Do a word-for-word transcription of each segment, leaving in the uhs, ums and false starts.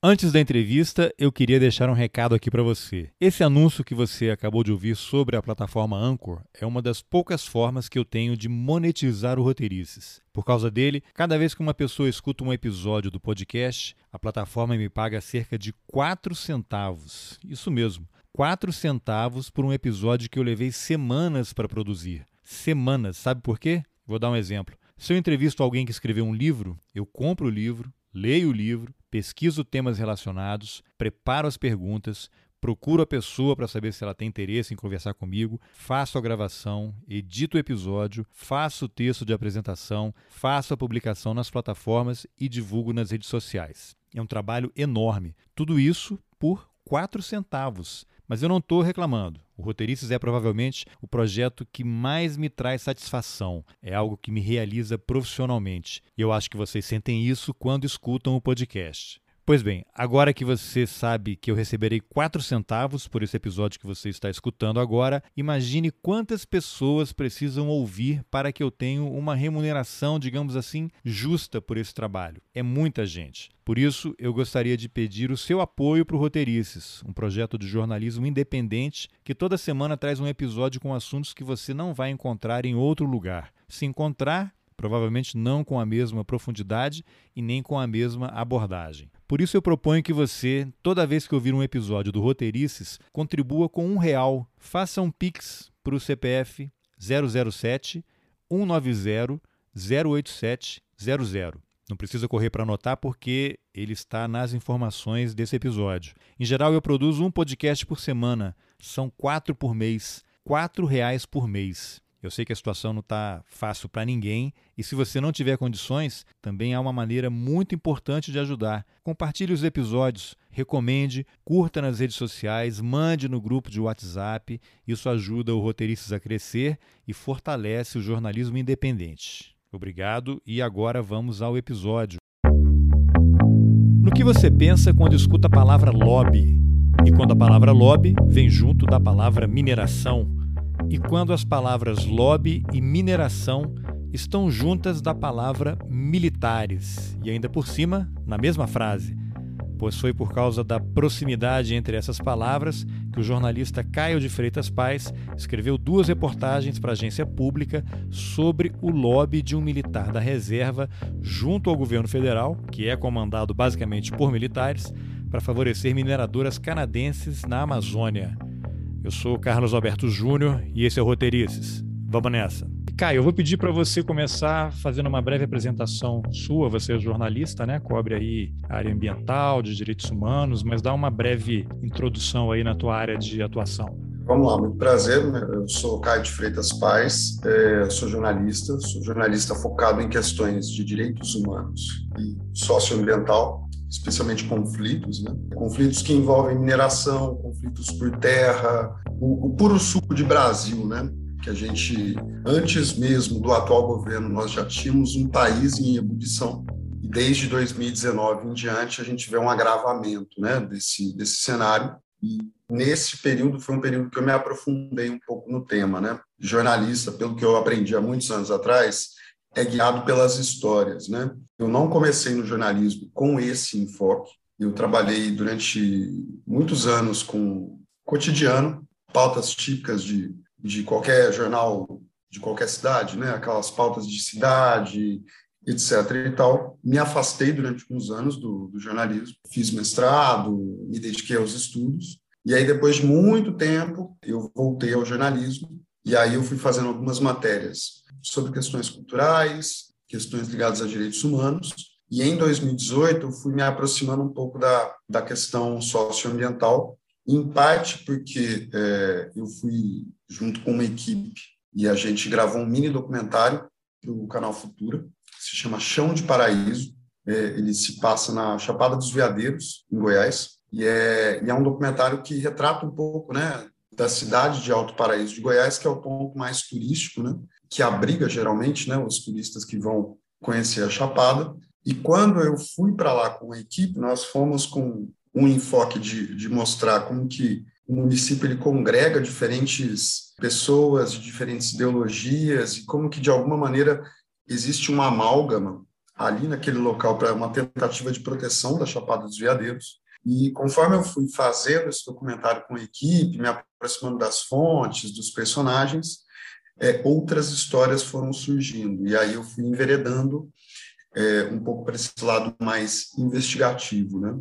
Antes da entrevista, eu queria deixar um recado aqui para você. Esse anúncio que você acabou de ouvir sobre a plataforma Anchor é uma das poucas formas que eu tenho de monetizar o Roteirices. Por causa dele, cada vez que uma pessoa escuta um episódio do podcast, a plataforma me paga cerca de quatro centavos. Isso mesmo, quatro centavos por um episódio que eu levei semanas para produzir. Semanas, sabe por quê? Vou dar um exemplo. Se eu entrevisto alguém que escreveu um livro, eu compro o livro, leio o livro, pesquiso temas relacionados, preparo as perguntas, procuro a pessoa para saber se ela tem interesse em conversar comigo, faço a gravação, edito o episódio, faço o texto de apresentação, faço a publicação nas plataformas e divulgo nas redes sociais. É um trabalho enorme. Tudo isso por quatro centavos. Mas eu não estou reclamando. O Roteirices é provavelmente o projeto que mais me traz satisfação. É algo que me realiza profissionalmente. E eu acho que vocês sentem isso quando escutam o podcast. Pois bem, agora que você sabe que eu receberei quatro centavos por esse episódio que você está escutando agora, imagine quantas pessoas precisam ouvir para que eu tenha uma remuneração, digamos assim, justa por esse trabalho. É muita gente. Por isso, eu gostaria de pedir o seu apoio para o Roteirices, um projeto de jornalismo independente que toda semana traz um episódio com assuntos que você não vai encontrar em outro lugar. Se encontrar, provavelmente não com a mesma profundidade e nem com a mesma abordagem. Por isso eu proponho que você, toda vez que ouvir um episódio do Roteirices, contribua com um real. Faça um Pix para o C P F zero zero sete, um nove zero, zero oito sete zero zero. Não precisa correr para anotar porque ele está nas informações desse episódio. Em geral, eu produzo um podcast por semana. São quatro por mês. Quatro reais por mês. Eu sei que a situação não está fácil para ninguém e se você não tiver condições, também há uma maneira muito importante de ajudar. Compartilhe os episódios, recomende, curta nas redes sociais, mande no grupo de WhatsApp. Isso ajuda o Roteirices a crescer e fortalece o jornalismo independente. Obrigado e agora vamos ao episódio. No que você pensa quando escuta a palavra lobby? E quando a palavra lobby vem junto da palavra mineração? E quando as palavras lobby e mineração estão juntas da palavra militares, e ainda por cima, na mesma frase, pois foi por causa da proximidade entre essas palavras que o jornalista Caio de Freitas Paz escreveu duas reportagens para a agência pública sobre o lobby de um militar da reserva junto ao governo federal, que é comandado basicamente por militares, para favorecer mineradoras canadenses na Amazônia. Eu sou o Carlos Alberto Júnior e esse é o Roteirices. Vamos nessa. Caio, eu vou pedir para você começar fazendo uma breve apresentação sua. Você é jornalista, né? Cobre aí a área ambiental, de direitos humanos, mas dá uma breve introdução aí na tua área de atuação. Vamos lá, muito prazer. Eu sou Caio de Freitas Paz, sou jornalista, sou jornalista focado em questões de direitos humanos e socioambiental, especialmente conflitos, né? Conflitos que envolvem mineração, conflitos por terra, o, o puro suco de Brasil, né? Que a gente, antes mesmo do atual governo, nós já tínhamos um país em ebulição. E desde dois mil e dezenove em diante, a gente vê um agravamento, né, desse, desse cenário. E nesse período, foi um período que eu me aprofundei um pouco no tema, né? Jornalista, pelo que eu aprendi há muitos anos atrás, é guiado pelas histórias, né? Eu não comecei no jornalismo com esse enfoque. Eu trabalhei durante muitos anos com cotidiano, pautas típicas de de qualquer jornal, de qualquer cidade, né? Aquelas pautas de cidade, etcétera e tal. Me afastei durante uns anos do, do jornalismo, fiz mestrado, me dediquei aos estudos, e aí depois de muito tempo eu voltei ao jornalismo, e aí eu fui fazendo algumas matérias sobre questões culturais, questões ligadas a direitos humanos, e em dois mil e dezoito eu fui me aproximando um pouco da, da questão socioambiental, em parte porque é, eu fui junto com uma equipe e a gente gravou um mini documentário para o canal Futura, que se chama Chão de Paraíso. É, ele se passa na Chapada dos Veadeiros, em Goiás, e é, e é um documentário que retrata um pouco, né, da cidade de Alto Paraíso de Goiás, que é o ponto mais turístico, né, que abriga geralmente, né, os turistas que vão conhecer a Chapada. E quando eu fui para lá com a equipe, nós fomos com um enfoque de, de mostrar como que o município ele congrega diferentes pessoas de diferentes ideologias e como que, de alguma maneira, existe uma amálgama ali naquele local para uma tentativa de proteção da Chapada dos Veadeiros. E conforme eu fui fazendo esse documentário com a equipe, me aproximando das fontes, dos personagens, é, outras histórias foram surgindo. E aí eu fui enveredando é, um pouco para esse lado mais investigativo, né?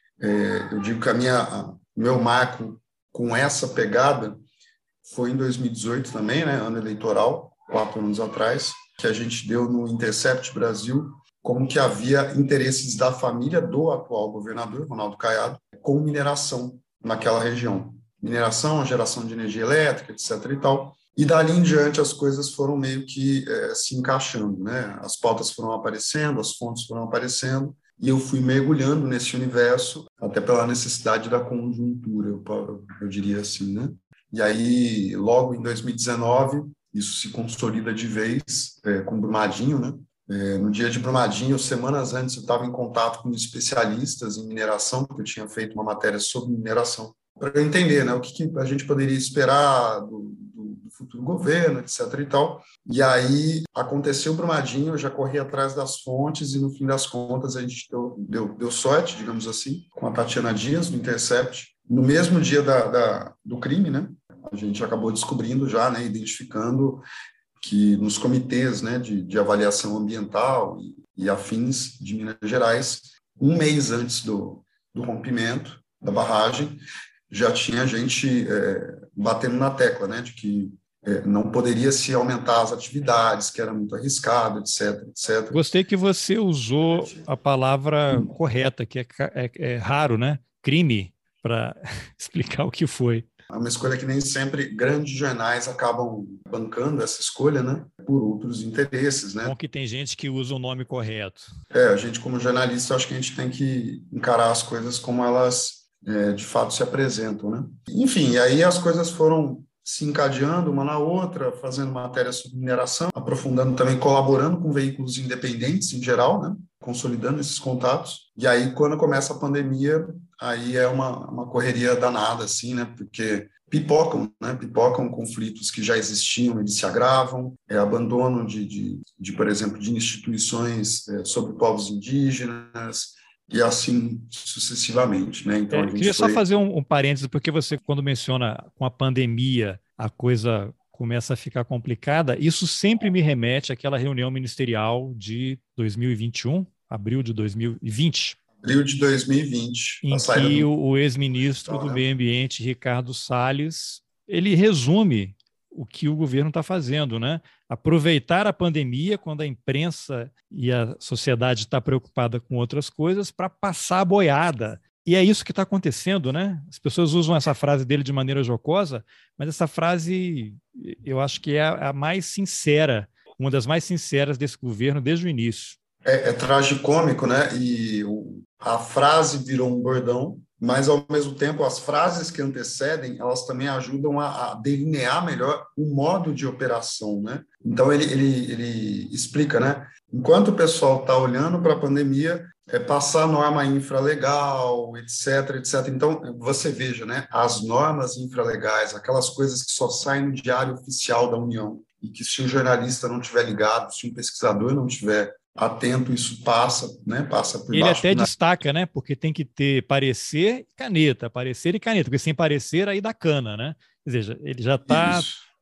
É, eu digo que a minha, a, meu marco com essa pegada foi em dois mil e dezoito também, né, ano eleitoral, quatro anos atrás, que a gente deu no Intercept Brasil, como que havia interesses da família do atual governador, Ronaldo Caiado, com mineração naquela região. Mineração, geração de energia elétrica, etc e tal. E dali em diante as coisas foram meio que é, se encaixando, né? As pautas foram aparecendo, as fontes foram aparecendo, e eu fui mergulhando nesse universo, até pela necessidade da conjuntura, eu, eu diria assim, né? E aí, logo em dois mil e dezenove, isso se consolida de vez é, com Brumadinho, né? É, no dia de Brumadinho, semanas antes, eu estava em contato com especialistas em mineração, porque eu tinha feito uma matéria sobre mineração, para entender, né, o que, que a gente poderia esperar do, do, do futuro governo, etc e tal. E aí aconteceu o Brumadinho, eu já corri atrás das fontes e, no fim das contas, a gente deu, deu, deu sorte, digamos assim, com a Tatiana Dias, do Intercept. No mesmo dia da, da, do crime, né, a gente acabou descobrindo já, né, identificando que nos comitês, né, de, de avaliação ambiental e, e afins de Minas Gerais, um mês antes do, do rompimento da barragem, já tinha gente é, batendo na tecla, né, de que é, não poderia se aumentar as atividades, que era muito arriscado, etc, etcétera. Gostei que você usou a palavra correta, que é, é, é raro, né? Crime, para explicar o que foi. É uma escolha que nem sempre grandes jornais acabam bancando essa escolha, né? Por outros interesses, né? Bom que tem gente que usa o nome correto. É, a gente como jornalista, acho que a gente tem que encarar as coisas como elas é, de fato se apresentam, né? Enfim, e aí as coisas foram se encadeando uma na outra, fazendo matéria sobre mineração, aprofundando também, colaborando com veículos independentes em geral, né? Consolidando esses contatos. E aí, quando começa a pandemia, aí é uma, uma correria danada, assim, né? Porque pipocam, né? Pipocam conflitos que já existiam, eles se agravam, é abandono de, de, de, por exemplo, de instituições é, sobre povos indígenas, e assim sucessivamente, né? Então, É, a gente queria foi... só fazer um, um parênteses, porque você, quando menciona com a pandemia, a coisa começa a ficar complicada, isso sempre me remete àquela reunião ministerial de dois mil e vinte e um, abril de dois mil e vinte. Abril de dois mil e vinte. Em que do... o ex-ministro do Meio Ambiente, Ricardo Salles, ele resume o que o governo está fazendo, né? Aproveitar a pandemia, quando a imprensa e a sociedade está preocupada com outras coisas, para passar a boiada. E é isso que está acontecendo, né? As pessoas usam essa frase dele de maneira jocosa, mas essa frase eu acho que é a mais sincera, uma das mais sinceras desse governo desde o início. É, é tragicômico, né? E o, a frase virou um bordão, mas, ao mesmo tempo, as frases que antecedem, elas também ajudam a, a delinear melhor o modo de operação, né? Então, ele, ele, ele explica, né? Enquanto o pessoal está olhando para a pandemia, é passar norma infralegal, etc, etcétera. Então, você veja, né? As normas infralegais, aquelas coisas que só saem no Diário Oficial da União, e que se o jornalista não tiver ligado, se um pesquisador não tiver atento, isso passa, né? Passa por Ele baixo. até destaca, né? Porque tem que ter parecer e caneta, parecer e caneta, porque sem parecer aí dá cana, né? Ou seja, ele já está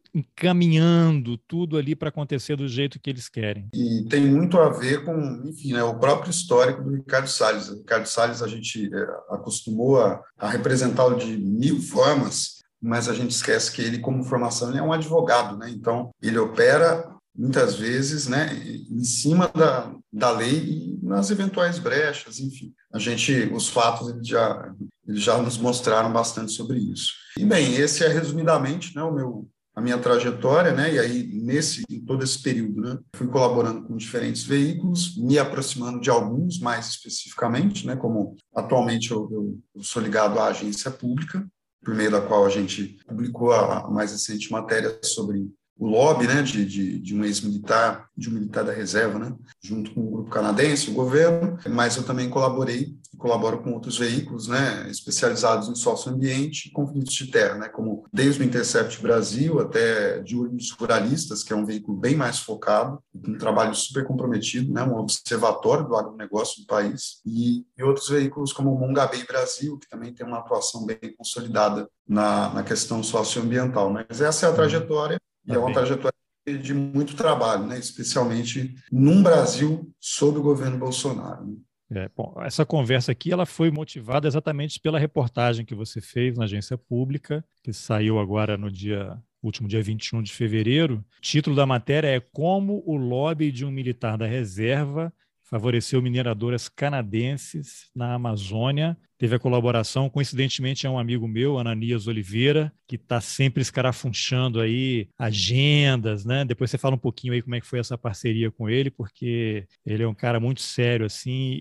encaminhando tudo ali para acontecer do jeito que eles querem. E tem muito a ver com, enfim, né, o próprio histórico do Ricardo Salles. O Ricardo Salles, a gente é, acostumou a, a representá-lo de mil formas, mas a gente esquece que ele, como formação, ele é um advogado, né? Então, ele opera muitas vezes, né, em cima da, da lei e nas eventuais brechas, enfim. A gente, os fatos, eles já, eles já nos mostraram bastante sobre isso. E, bem, esse é, resumidamente, né, o meu, a minha trajetória, né, e aí, nesse, em todo esse período, né, fui colaborando com diferentes veículos, me aproximando de alguns, mais especificamente, né, como atualmente eu, eu, eu sou ligado à agência pública, por meio da qual a gente publicou a, a mais recente matéria sobre o lobby, né, de, de, de um ex-militar, de um militar da reserva, né, junto com o grupo canadense, o governo, mas eu também colaborei e colaboro com outros veículos, né, especializados em socioambiente e conflitos de terra, né, como desde o Intercept Brasil até De Olho nos Ruralistas, que é um veículo bem mais focado, um trabalho super comprometido, né, um observatório do agronegócio do país, e, e outros veículos como o Mongabay Brasil, que também tem uma atuação bem consolidada na, na questão socioambiental. Mas essa é a trajetória, e é uma trajetória de muito trabalho, né, especialmente num Brasil sob o governo Bolsonaro. Né? É, bom, essa conversa aqui ela foi motivada exatamente pela reportagem que você fez na agência pública, que saiu agora no dia, último dia vinte e um de fevereiro. O título da matéria é Como o lobby de um militar da reserva favoreceu mineradoras canadenses na Amazônia. Teve a colaboração, coincidentemente, é um amigo meu, Ananias Oliveira, que está sempre escarafunchando aí agendas, né? Depois você fala um pouquinho aí como é que foi essa parceria com ele, porque ele é um cara muito sério, assim,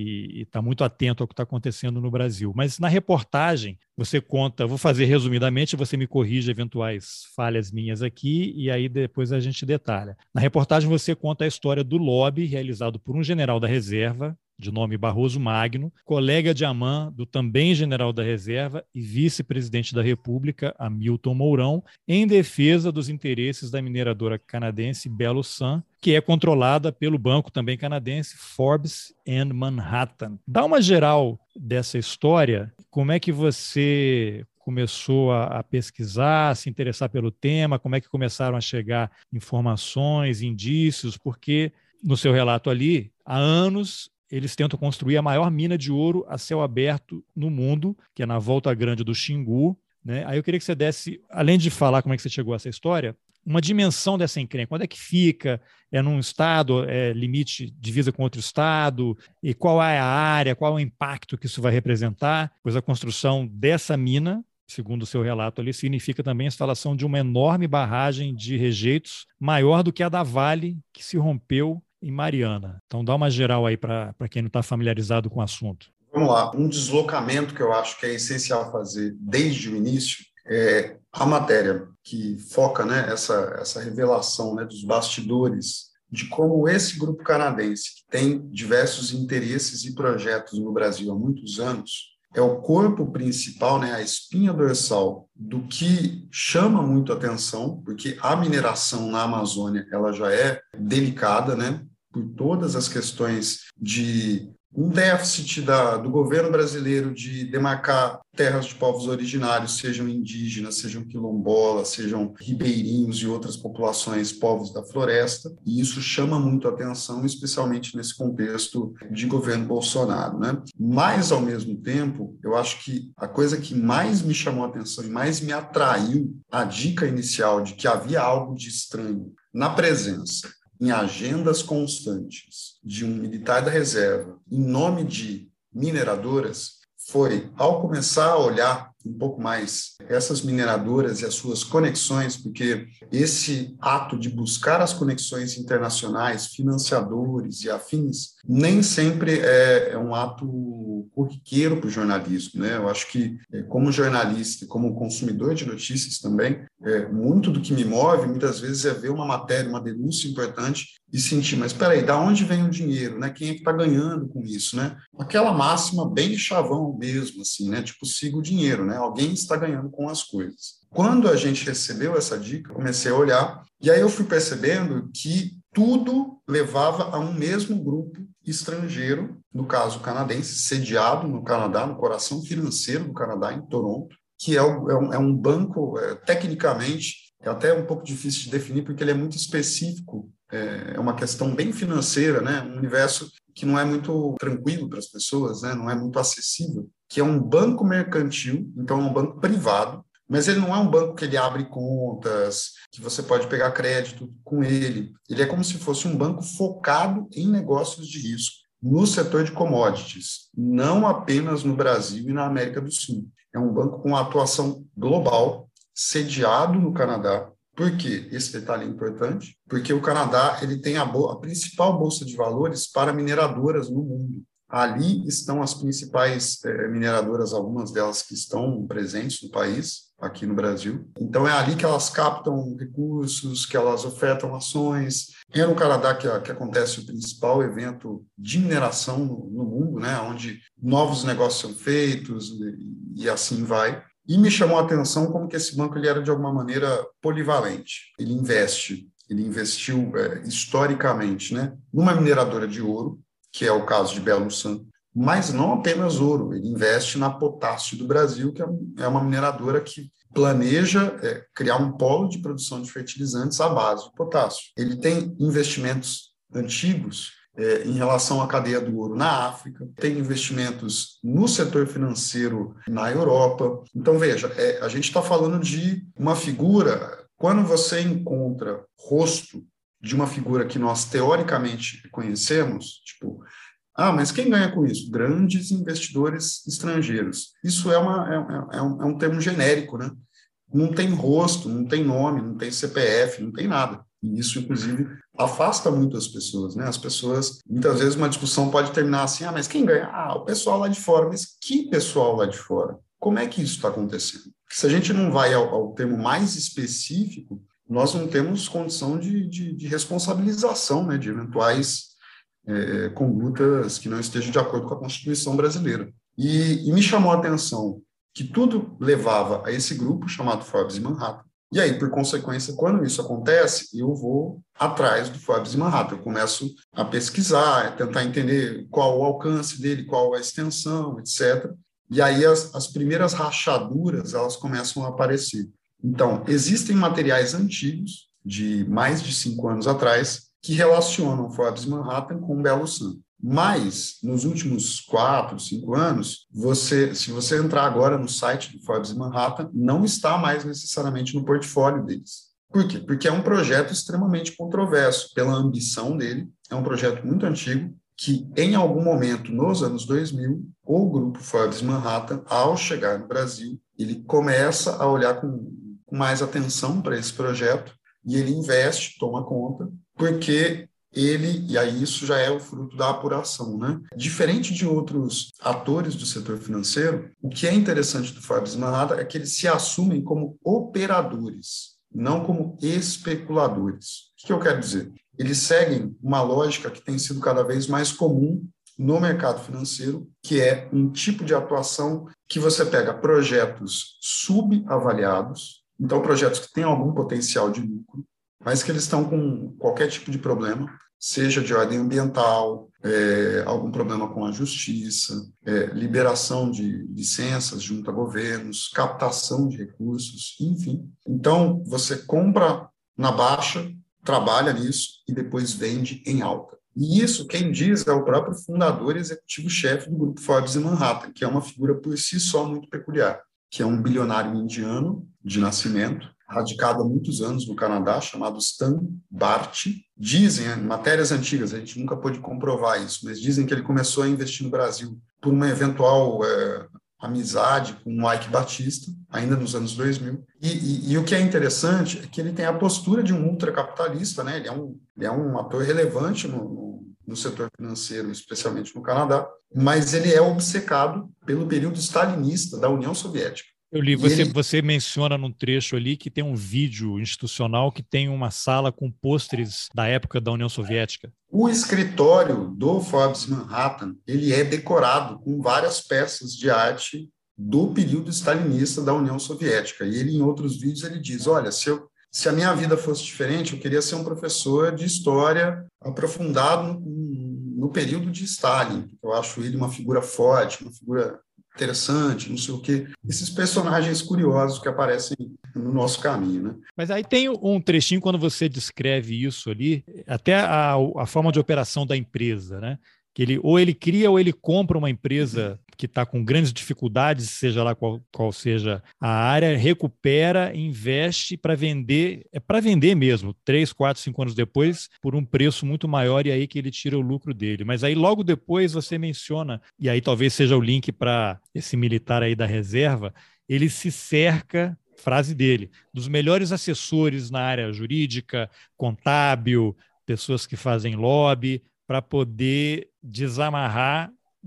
e está muito atento ao que está acontecendo no Brasil. Mas na reportagem, você conta, vou fazer resumidamente, você me corrige eventuais falhas minhas aqui, e aí depois a gente detalha. Na reportagem você conta a história do lobby realizado por um general da reserva, de nome Barroso Magno, colega de Aman, do também general da reserva e vice-presidente da República, Hamilton Mourão, em defesa dos interesses da mineradora canadense Belo Sun, que é controlada pelo banco também canadense Forbes and Manhattan. Dá uma geral dessa história, como é que você começou a, a pesquisar, a se interessar pelo tema, como é que começaram a chegar informações, indícios, porque no seu relato ali, há anos eles tentam construir a maior mina de ouro a céu aberto no mundo, que é na Volta Grande do Xingu. Né? Aí eu queria que você desse, além de falar como é que você chegou a essa história, uma dimensão dessa encrenca. Quando é que fica? É num estado, é limite, divisa com outro estado? E qual é a área, qual é o impacto que isso vai representar? Pois a construção dessa mina, segundo o seu relato ali, significa também a instalação de uma enorme barragem de rejeitos, maior do que a da Vale, que se rompeu em Mariana. Então dá uma geral aí para quem não está familiarizado com o assunto. Vamos lá, um deslocamento que eu acho que é essencial fazer desde o início é a matéria que foca, né, essa, essa revelação, né, dos bastidores de como esse grupo canadense, que tem diversos interesses e projetos no Brasil há muitos anos, é o corpo principal, né, a espinha dorsal do que chama muito atenção, porque a mineração na Amazônia ela já é delicada, né, por todas as questões de um déficit da, do governo brasileiro de demarcar terras de povos originários, sejam indígenas, sejam quilombolas, sejam ribeirinhos e outras populações, povos da floresta, e isso chama muito a atenção, especialmente nesse contexto de governo Bolsonaro, né? Mas, ao mesmo tempo, eu acho que a coisa que mais me chamou a atenção e mais me atraiu a dica inicial de que havia algo de estranho na presença em agendas constantes de um militar da reserva, em nome de mineradoras, foi, ao começar a olhar um pouco mais essas mineradoras e as suas conexões, porque esse ato de buscar as conexões internacionais, financiadores e afins, nem sempre é, é um ato corriqueiro para o jornalismo, né? Eu acho que, como jornalista e como consumidor de notícias também, é, muito do que me move, muitas vezes, é ver uma matéria, uma denúncia importante e sentir, mas espera aí, da onde vem o dinheiro, né? Quem é que está ganhando com isso, né? Aquela máxima bem de chavão mesmo, assim, né? Tipo, siga o dinheiro, né? Alguém está ganhando com as coisas. Quando a gente recebeu essa dica, comecei a olhar, e aí eu fui percebendo que tudo levava a um mesmo grupo estrangeiro, no caso canadense, sediado no Canadá, no coração financeiro do Canadá, em Toronto, que é um, é um banco, é, tecnicamente, é até um pouco difícil de definir, porque ele é muito específico, é uma questão bem financeira, né? Um universo que não é muito tranquilo para as pessoas, né? Não é muito acessível, que é um banco mercantil, então é um banco privado, mas ele não é um banco que ele abre contas, que você pode pegar crédito com ele. Ele é como se fosse um banco focado em negócios de risco, no setor de commodities, não apenas no Brasil e na América do Sul. É um banco com atuação global, sediado no Canadá. Por quê? Esse detalhe é importante, porque o Canadá ele tem a, bo- a principal bolsa de valores para mineradoras no mundo. Ali estão as principais eh, mineradoras, algumas delas que estão presentes no país, aqui no Brasil. Então, é ali que elas captam recursos, que elas ofertam ações. É no Canadá que, que acontece o principal evento de mineração no, no mundo, né, onde novos negócios são feitos e, e assim vai. E me chamou a atenção como que esse banco ele era, de alguma maneira, polivalente. Ele investe, ele investiu é, historicamente, né, numa mineradora de ouro, que é o caso de Belo Sun, mas não apenas ouro, ele investe na Potássio do Brasil, que é uma mineradora que planeja é, criar um polo de produção de fertilizantes à base de potássio. Ele tem investimentos antigos é, em relação à cadeia do ouro na África, tem investimentos no setor financeiro na Europa. Então, veja, é, a gente está falando de uma figura, quando você encontra rosto de uma figura que nós teoricamente conhecemos, tipo, ah, mas quem ganha com isso? Grandes investidores estrangeiros. Isso é, uma, é, é, um, é um termo genérico, né? Não tem rosto, não tem nome, não tem C P F, não tem nada. E isso, inclusive, afasta muito as pessoas, né? As pessoas, muitas vezes, uma discussão pode terminar assim, ah, mas quem ganha? Ah, o pessoal lá de fora. Mas que pessoal lá de fora? Como é que isso está acontecendo? Porque se a gente não vai ao, ao termo mais específico, nós não temos condição de, de, de responsabilização, né, de eventuais é, condutas que não estejam de acordo com a Constituição brasileira. E, e me chamou a atenção que tudo levava a esse grupo chamado Forbes e Manhattan. E aí, por consequência, quando isso acontece, eu vou atrás do Forbes e Manhattan. Eu começo a pesquisar, a tentar entender qual o alcance dele, qual a extensão, etcétera. E aí as, as primeiras rachaduras, elas começam a aparecer. Então, existem materiais antigos, de mais de cinco anos atrás, que relacionam Forbes Manhattan com Belo Sun. Mas, nos últimos quatro, cinco anos, você, se você entrar agora no site do Forbes Manhattan, não está mais necessariamente no portfólio deles. Por quê? Porque é um projeto extremamente controverso pela ambição dele, é um projeto muito antigo, que em algum momento, nos anos dois mil, o grupo Forbes Manhattan, ao chegar no Brasil, ele começa a olhar com, com mais atenção para esse projeto e ele investe, toma conta, porque ele, e aí isso já é o fruto da apuração, né? Diferente de outros atores do setor financeiro, o que é interessante do Forbes Manhattan é que eles se assumem como operadores, não como especuladores. O que eu quero dizer? Eles seguem uma lógica que tem sido cada vez mais comum no mercado financeiro, que é um tipo de atuação que você pega projetos subavaliados, então projetos que têm algum potencial de lucro, mas que eles estão com qualquer tipo de problema, seja de ordem ambiental, é, algum problema com a justiça, é, liberação de licenças junto a governos, captação de recursos, enfim. Então, você compra na baixa, trabalha nisso e depois vende em alta. E isso, quem diz, é o próprio fundador e executivo-chefe do grupo Forbes e Manhattan, que é uma figura por si só muito peculiar, que é um bilionário indiano de nascimento, radicado há muitos anos no Canadá, chamado Stan Bart. Dizem, em matérias antigas, a gente nunca pôde comprovar isso, mas dizem que ele começou a investir no Brasil por uma eventual é, amizade com o Ike Batista, ainda nos anos dois mil. E, e, e o que é interessante é que ele tem a postura de um ultracapitalista, né? Ele é um, ele é um ator relevante no, no, no setor financeiro, especialmente no Canadá, mas ele é obcecado pelo período stalinista da União Soviética. Eu li, você, ele... você menciona num trecho ali que tem um vídeo institucional que tem uma sala com pôsteres da época da União Soviética. O escritório do Forbes Manhattan, ele é decorado com várias peças de arte do período stalinista da União Soviética. E ele, em outros vídeos, ele diz, olha, se, eu, se a minha vida fosse diferente, eu queria ser um professor de história aprofundado no, no período de Stalin. Eu acho ele uma figura forte, uma figura interessante, não sei o quê. Esses personagens curiosos que aparecem no nosso caminho, né? Mas aí tem um trechinho quando você descreve isso ali, até a, a forma de operação da empresa, né? Que ele, ou ele cria ou ele compra uma empresa que está com grandes dificuldades, seja lá qual, qual seja a área, recupera, investe para vender, é para vender mesmo, três, quatro, cinco anos depois, por um preço muito maior, e aí que ele tira o lucro dele. Mas aí logo depois você menciona, e aí talvez seja o link para esse militar aí da reserva, ele se cerca, frase dele, dos melhores assessores na área jurídica, contábil, pessoas que fazem lobby, para poder desamarrar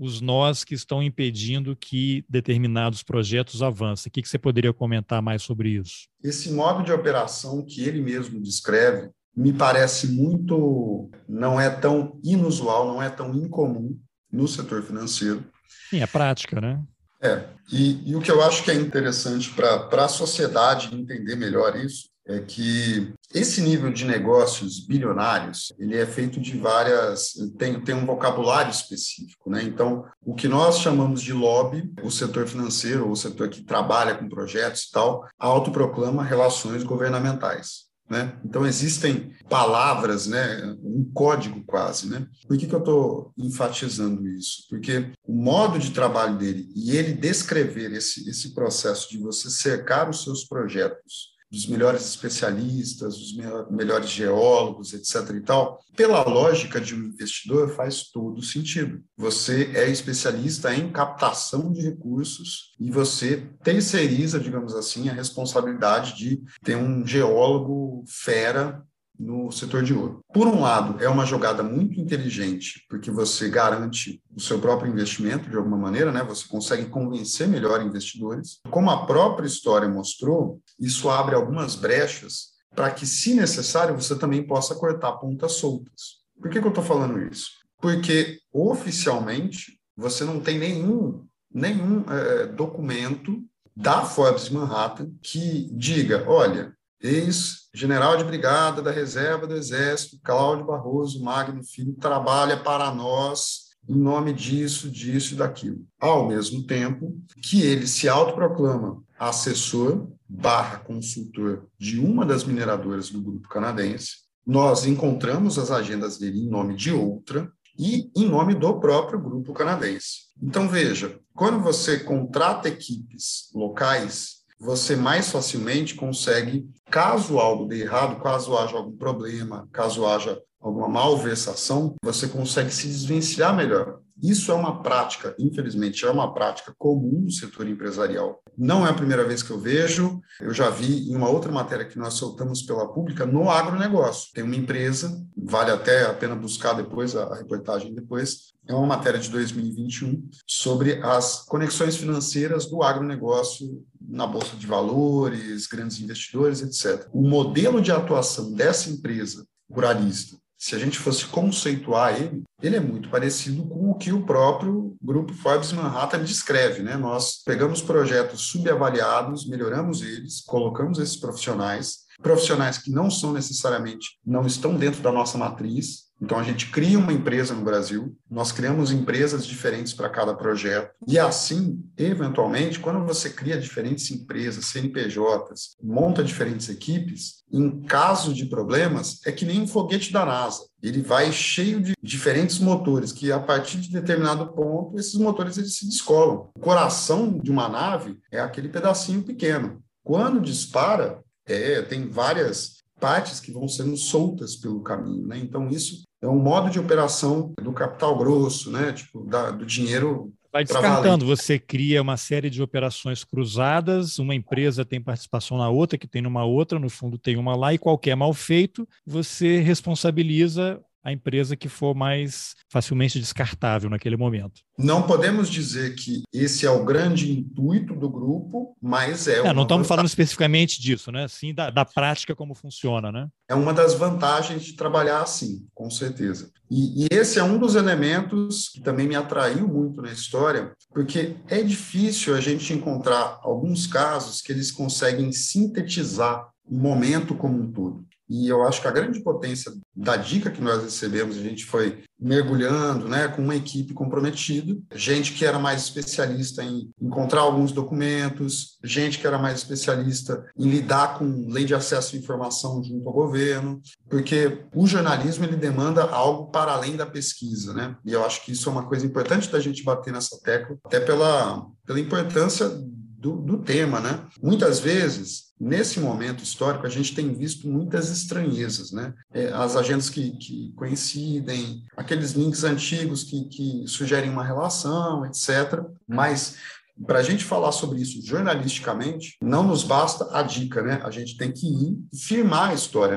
os nós que estão impedindo que determinados projetos avancem. O que, que você poderia comentar mais sobre isso? Esse modo de operação que ele mesmo descreve me parece muito, não é tão inusual, não é tão incomum no setor financeiro. Sim, é prática, né? É, e, e o que eu acho que é interessante para a sociedade entender melhor isso é que esse nível de negócios bilionários, ele é feito de várias, tem, tem um vocabulário específico, né? Então, o que nós chamamos de lobby, o setor financeiro, ou o setor que trabalha com projetos e tal, autoproclama relações governamentais, né? Então, existem palavras, né? Um código quase, né? Por que que eu estou enfatizando isso? Porque o modo de trabalho dele e ele descrever esse, esse processo de você cercar os seus projetos dos melhores especialistas, dos melhores geólogos, etc e tal, pela lógica de um investidor, faz todo sentido. Você é especialista em captação de recursos e você terceiriza, digamos assim, a responsabilidade de ter um geólogo fera no setor de ouro. Por um lado, é uma jogada muito inteligente, porque você garante o seu próprio investimento, de alguma maneira, né? Você consegue convencer melhor investidores. Como a própria história mostrou, isso abre algumas brechas para que, se necessário, você também possa cortar pontas soltas. Por que que eu estou falando isso? Porque, oficialmente, você não tem nenhum, nenhum é, documento da Forbes Manhattan que diga, olha, ex-general de brigada da reserva do Exército, Cláudio Barroso Magno Filho, trabalha para nós em nome disso, disso e daquilo. Ao mesmo tempo que ele se autoproclama assessor barra consultor de uma das mineradoras do grupo canadense, nós encontramos as agendas dele em nome de outra e em nome do próprio grupo canadense. Então, veja, quando você contrata equipes locais, você mais facilmente consegue, caso algo dê errado, caso haja algum problema, caso haja alguma malversação, você consegue se desvencilhar melhor. Isso é uma prática, infelizmente, é uma prática comum no setor empresarial. Não é a primeira vez que eu vejo, eu já vi em uma outra matéria que nós soltamos pela Pública, no agronegócio. Tem uma empresa, vale até a pena buscar depois, a reportagem depois, é uma matéria de dois mil e vinte e um, sobre as conexões financeiras do agronegócio na Bolsa de Valores, grandes investidores, etcétera. O modelo de atuação dessa empresa ruralista, se a gente fosse conceituar ele, ele é muito parecido com o que o próprio grupo Forbes Manhattan descreve, né? Nós pegamos projetos subavaliados, melhoramos eles, colocamos esses profissionais, profissionais que não são necessariamente, não estão dentro da nossa matriz. Então, a gente cria uma empresa no Brasil, nós criamos empresas diferentes para cada projeto, e assim, eventualmente, quando você cria diferentes empresas, C N P Js, monta diferentes equipes, em caso de problemas, é que nem um foguete da NASA. Ele vai cheio de diferentes motores, que a partir de determinado ponto, esses motores eles se descolam. O coração de uma nave é aquele pedacinho pequeno. Quando dispara, é, tem várias partes que vão sendo soltas pelo caminho, né? Então, isso é um modo de operação do capital grosso, né? Tipo, da, do dinheiro. Vai descartando, você cria uma série de operações cruzadas, uma empresa tem participação na outra, que tem numa outra, no fundo tem uma lá, e qualquer mal feito, você responsabiliza a empresa que for mais facilmente descartável naquele momento. Não podemos dizer que esse é o grande intuito do grupo, mas é, é uma Não estamos vantagem. falando especificamente disso, né? Sim, da, da prática como funciona, né? É uma das vantagens de trabalhar assim, com certeza. E, e esse é um dos elementos que também me atraiu muito na história, porque é difícil a gente encontrar alguns casos que eles conseguem sintetizar o momento como um todo. E eu acho que a grande potência da dica que nós recebemos, a gente foi mergulhando, né, com uma equipe comprometida, gente que era mais especialista em encontrar alguns documentos, gente que era mais especialista em lidar com lei de acesso à informação junto ao governo, porque o jornalismo ele demanda algo para além da pesquisa, né? E eu acho que isso é uma coisa importante da gente bater nessa tecla, até pela, pela importância Do, do tema, né? Muitas vezes, nesse momento histórico, a gente tem visto muitas estranhezas, né? É, as agendas que, que coincidem, aqueles links antigos que, que sugerem uma relação, etcétera. Mas, para a gente falar sobre isso jornalisticamente, não nos basta a dica, né? A gente tem que ir firmar a história, né?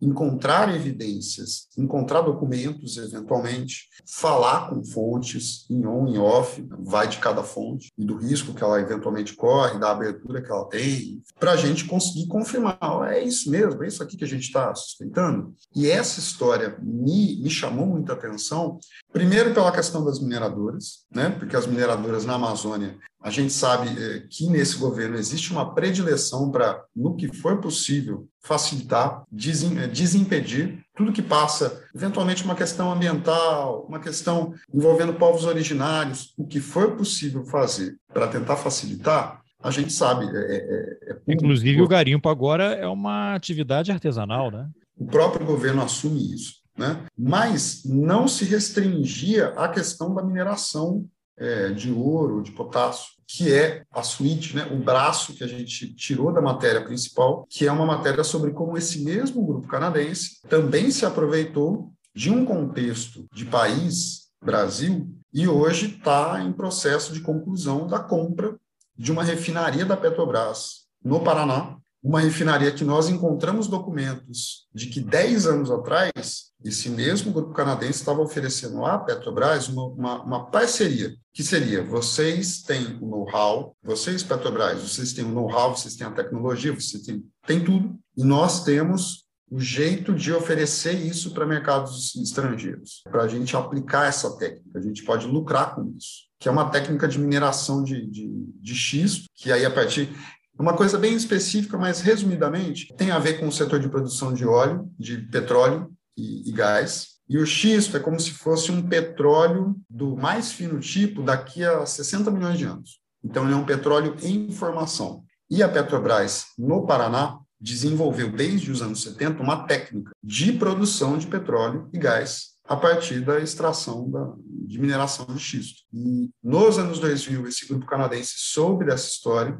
encontrar evidências, encontrar documentos, eventualmente, falar com fontes, em on e off, vai de cada fonte, e do risco que ela eventualmente corre, da abertura que ela tem, para a gente conseguir confirmar, oh, é isso mesmo, é isso aqui que a gente está suspeitando. E essa história me, me chamou muita atenção, primeiro pela questão das mineradoras, né? Porque as mineradoras na Amazônia, a gente sabe eh, que nesse governo existe uma predileção para, no que for possível, facilitar, desim, desimpedir tudo que passa, eventualmente uma questão ambiental, uma questão envolvendo povos originários, o que for possível fazer para tentar facilitar, a gente sabe. É, é, é Inclusive o garimpo agora é uma atividade artesanal, né? O próprio governo assume isso, né? Mas não se restringia à questão da mineração é, de ouro, de potássio, que é a suíte, né, o braço que a gente tirou da matéria principal, que é uma matéria sobre como esse mesmo grupo canadense também se aproveitou de um contexto de país, Brasil, e hoje está em processo de conclusão da compra de uma refinaria da Petrobras no Paraná, uma refinaria que nós encontramos documentos de que dez anos atrás, esse mesmo grupo canadense estava oferecendo à Petrobras uma, uma, uma parceria, que seria, vocês têm o know-how, vocês, Petrobras, vocês têm o know-how, vocês têm a tecnologia, vocês têm, têm tudo, e nós temos o jeito de oferecer isso para mercados estrangeiros, para a gente aplicar essa técnica, a gente pode lucrar com isso, que é uma técnica de mineração de, de, de xisto, que aí a partir... Uma coisa bem específica, mas resumidamente, tem a ver com o setor de produção de óleo, de petróleo e, e gás. E o xisto é como se fosse um petróleo do mais fino tipo daqui a sessenta milhões de anos. Então, ele é um petróleo em formação. E a Petrobras, no Paraná, desenvolveu desde os anos setenta uma técnica de produção de petróleo e gás a partir da extração da, de mineração de xisto. E nos anos dois mil, esse grupo canadense soube dessa história,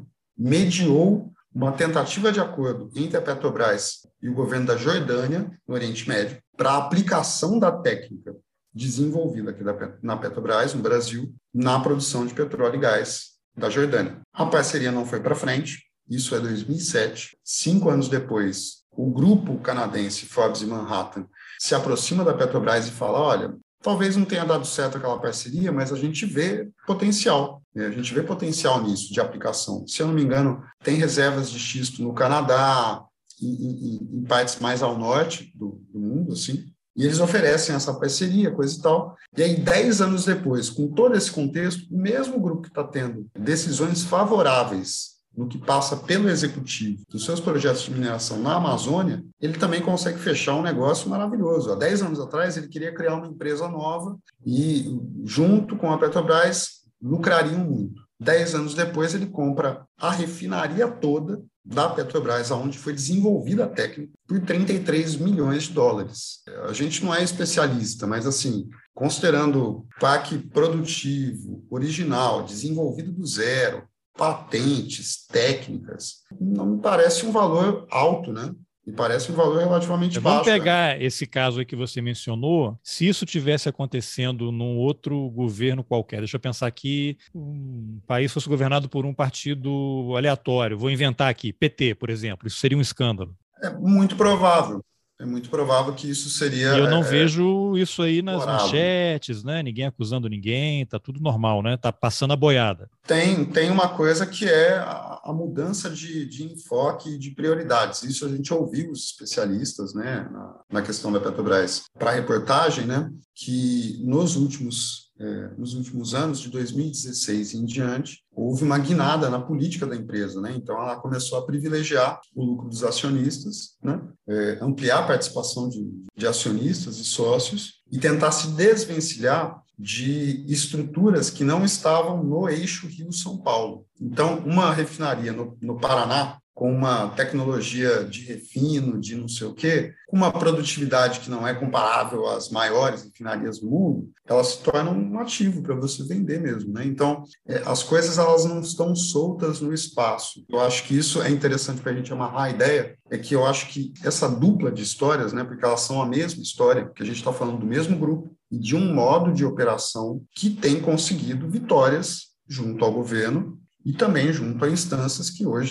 mediou uma tentativa de acordo entre a Petrobras e o governo da Jordânia, no Oriente Médio, para a aplicação da técnica desenvolvida aqui na Petrobras, no Brasil, na produção de petróleo e gás da Jordânia. A parceria não foi para frente, isso é dois mil e sete. Cinco anos depois, o grupo canadense Forbes e Manhattan se aproxima da Petrobras e fala, olha, talvez não tenha dado certo aquela parceria, mas a gente vê potencial, né? A gente vê potencial nisso, de aplicação. Se eu não me engano, tem reservas de xisto no Canadá, em, em, em partes mais ao norte do, do mundo, assim, e eles oferecem essa parceria, coisa e tal. E aí, dez anos depois, com todo esse contexto, o mesmo grupo que está tendo decisões favoráveis no que passa pelo executivo dos seus projetos de mineração na Amazônia, ele também consegue fechar um negócio maravilhoso. Há dez anos atrás, ele queria criar uma empresa nova e, junto com a Petrobras, lucrariam muito. Dez anos depois, ele compra a refinaria toda da Petrobras, onde foi desenvolvida a técnica, por trinta e três milhões de dólares. A gente não é especialista, mas, assim, considerando parque produtivo, original, desenvolvido do zero, patentes, técnicas, não me parece um valor alto, né? Me parece um valor relativamente Vamos baixo. Vamos pegar né? esse caso aí que você mencionou, se isso tivesse acontecendo num outro governo qualquer, deixa eu pensar aqui, um país fosse governado por um partido aleatório, vou inventar aqui, P T, por exemplo, isso seria um escândalo. É muito provável. É muito provável que isso seria... E eu não é, vejo isso aí nas explorado. manchetes, né? Ninguém acusando ninguém, tá tudo normal, né? Tá passando a boiada. Tem, tem uma coisa que é a, a mudança de, de enfoque e de prioridades. Isso a gente ouviu os especialistas, né, na, na questão da Petrobras para a reportagem, né, que nos últimos, é, nos últimos anos, de dois mil e dezesseis em diante, houve uma guinada na política da empresa, né? Então ela começou a privilegiar o lucro dos acionistas, né? É, ampliar a participação de, de acionistas e sócios e tentar se desvencilhar de estruturas que não estavam no eixo Rio-São Paulo. Então, uma refinaria no, no Paraná, com uma tecnologia de refino, de não sei o quê, com uma produtividade que não é comparável às maiores refinarias do mundo, ela se torna um ativo para você vender mesmo, né? Então, é, as coisas elas não estão soltas no espaço. Eu acho que isso é interessante para a gente amarrar a ideia, é que eu acho que essa dupla de histórias, né, porque elas são a mesma história, que a gente está falando do mesmo grupo, e de um modo de operação que tem conseguido vitórias junto ao governo e também junto a instâncias que hoje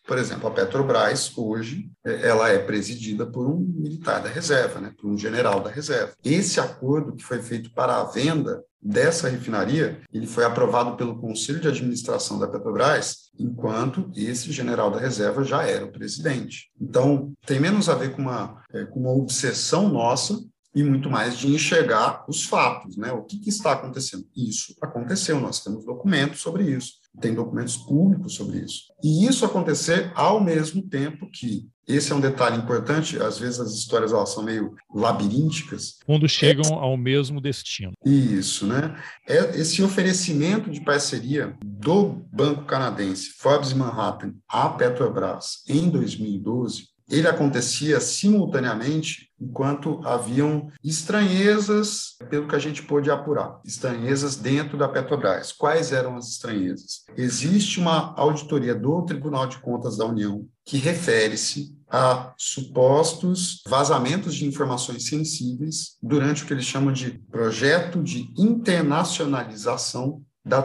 Por exemplo, a Petrobras, hoje, ela é presidida por um militar da reserva, né, por um general da reserva. Esse acordo que foi feito para a venda dessa refinaria, ele foi aprovado pelo Conselho de Administração da Petrobras, enquanto esse general da reserva já era o presidente. Então, tem menos a ver com uma, é, com uma obsessão nossa e muito mais de enxergar os fatos, né? O que, que está acontecendo? Isso aconteceu, nós temos documentos sobre isso, tem documentos públicos sobre isso. E isso acontecer ao mesmo tempo que, esse é um detalhe importante, às vezes as histórias elas são meio labirínticas. Quando chegam ao mesmo destino. Isso, né? É esse oferecimento de parceria do Banco Canadense, Forbes Manhattan, à Petrobras em dois mil e doze, ele acontecia simultaneamente enquanto haviam estranhezas, pelo que a gente pôde apurar, estranhezas dentro da Petrobras. Quais eram as estranhezas? Existe uma auditoria do Tribunal de Contas da União que refere-se a supostos vazamentos de informações sensíveis durante o que eles chamam de projeto de internacionalização da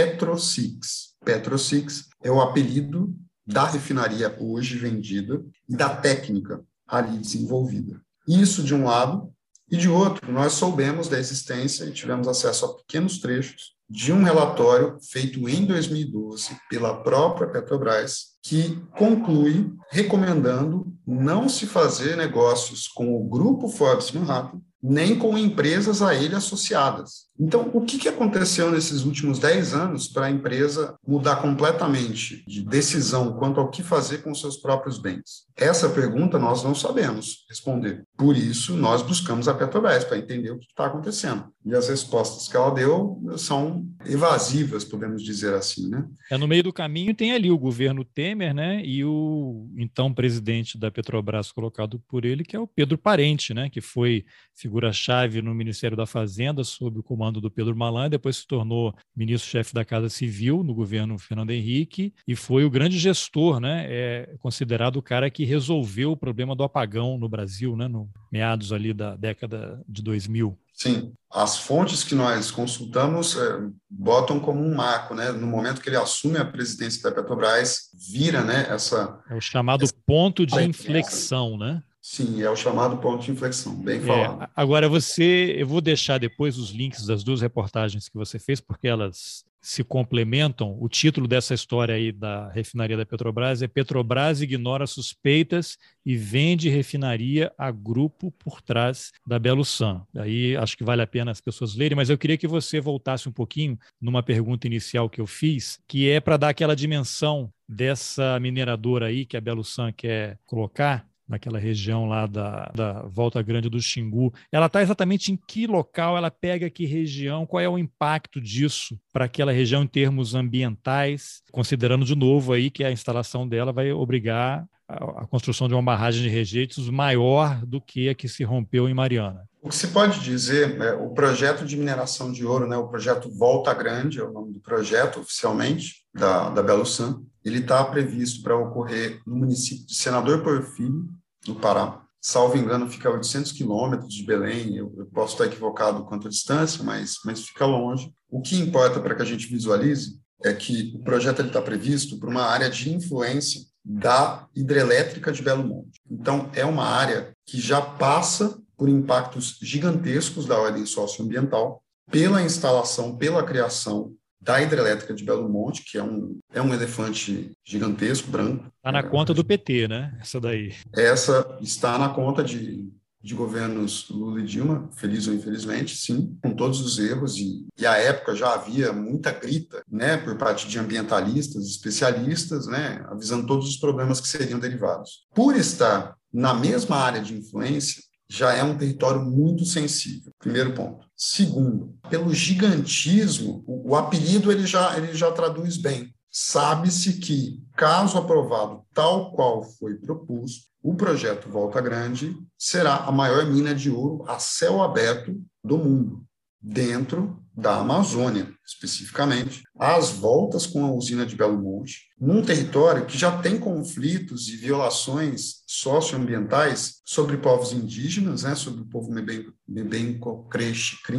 PetroSix. PetroSix é o apelido da refinaria hoje vendida e da técnica ali desenvolvida. Isso de um lado, e de outro, nós soubemos da existência e tivemos acesso a pequenos trechos de um relatório feito em dois mil e doze pela própria Petrobras, que conclui recomendando não se fazer negócios com o grupo Forbes Manhattan, nem com empresas a ele associadas. Então, o que que aconteceu nesses últimos dez anos para a empresa mudar completamente de decisão quanto ao que fazer com seus próprios bens? Essa pergunta nós não sabemos responder. Por isso, nós buscamos a Petrobras para entender o que está acontecendo. E as respostas que ela deu são evasivas, podemos dizer assim, né? É, no meio do caminho tem ali o governo Temer, né, e o então presidente da Petrobras colocado por ele, que é o Pedro Parente, né, que foi figura-chave no Ministério da Fazenda sob o comando do Pedro Malan, depois se tornou ministro-chefe da Casa Civil no governo Fernando Henrique e foi o grande gestor, né, é considerado o cara que resolveu o problema do apagão no Brasil, né, no meados ali da década de dois mil. Sim, as fontes que nós consultamos é, botam como um marco, né? No momento que ele assume a presidência da Petrobras, vira, né, essa... É o chamado essa... ponto de inflexão, né? Sim, é o chamado ponto de inflexão, bem falado. É, agora, você, eu vou deixar depois os links das duas reportagens que você fez, porque elas se complementam. O título dessa história aí da refinaria da Petrobras é Petrobras ignora suspeitas e vende refinaria a grupo por trás da Belosan. Aí acho que vale a pena as pessoas lerem, mas eu queria que você voltasse um pouquinho numa pergunta inicial que eu fiz, que é para dar aquela dimensão dessa mineradora aí que a Belosan quer colocar, naquela região lá da, da Volta Grande do Xingu. Ela está exatamente em que local, ela pega que região, qual é o impacto disso para aquela região em termos ambientais, considerando de novo aí que a instalação dela vai obrigar a, a construção de uma barragem de rejeitos maior do que a que se rompeu em Mariana. O que se pode dizer, é, o projeto de mineração de ouro, né, o projeto Volta Grande, é o nome do projeto oficialmente, da, da Belosan, ele está previsto para ocorrer no município de Senador Porfírio, no Pará. Salvo engano, fica a oitocentos quilômetros de Belém, eu, eu posso estar equivocado quanto à distância, mas, mas fica longe. O que importa para que a gente visualize é que o projeto está previsto para uma área de influência da hidrelétrica de Belo Monte. Então, é uma área que já passa por impactos gigantescos da ordem socioambiental, pela instalação, pela criação da hidrelétrica de Belo Monte, que é um, é um elefante gigantesco, branco. Está na é, conta do P T, né? Essa daí. Essa está na conta de, de governos Lula e Dilma, feliz ou infelizmente, sim, com todos os erros. E, e à época já havia muita grita, né, por parte de ambientalistas, especialistas, né, avisando todos os problemas que seriam derivados. Por estar na mesma área de influência, já é um território muito sensível, primeiro ponto. Segundo, pelo gigantismo, o, o apelido ele já, ele já traduz bem. Sabe-se que, caso aprovado tal qual foi proposto, o projeto Volta Grande será a maior mina de ouro a céu aberto do mundo, dentro da Amazônia, especificamente, às voltas com a usina de Belo Monte, num território que já tem conflitos e violações socioambientais sobre povos indígenas, né, sobre o povo Mebem-Cocre-Chicrim,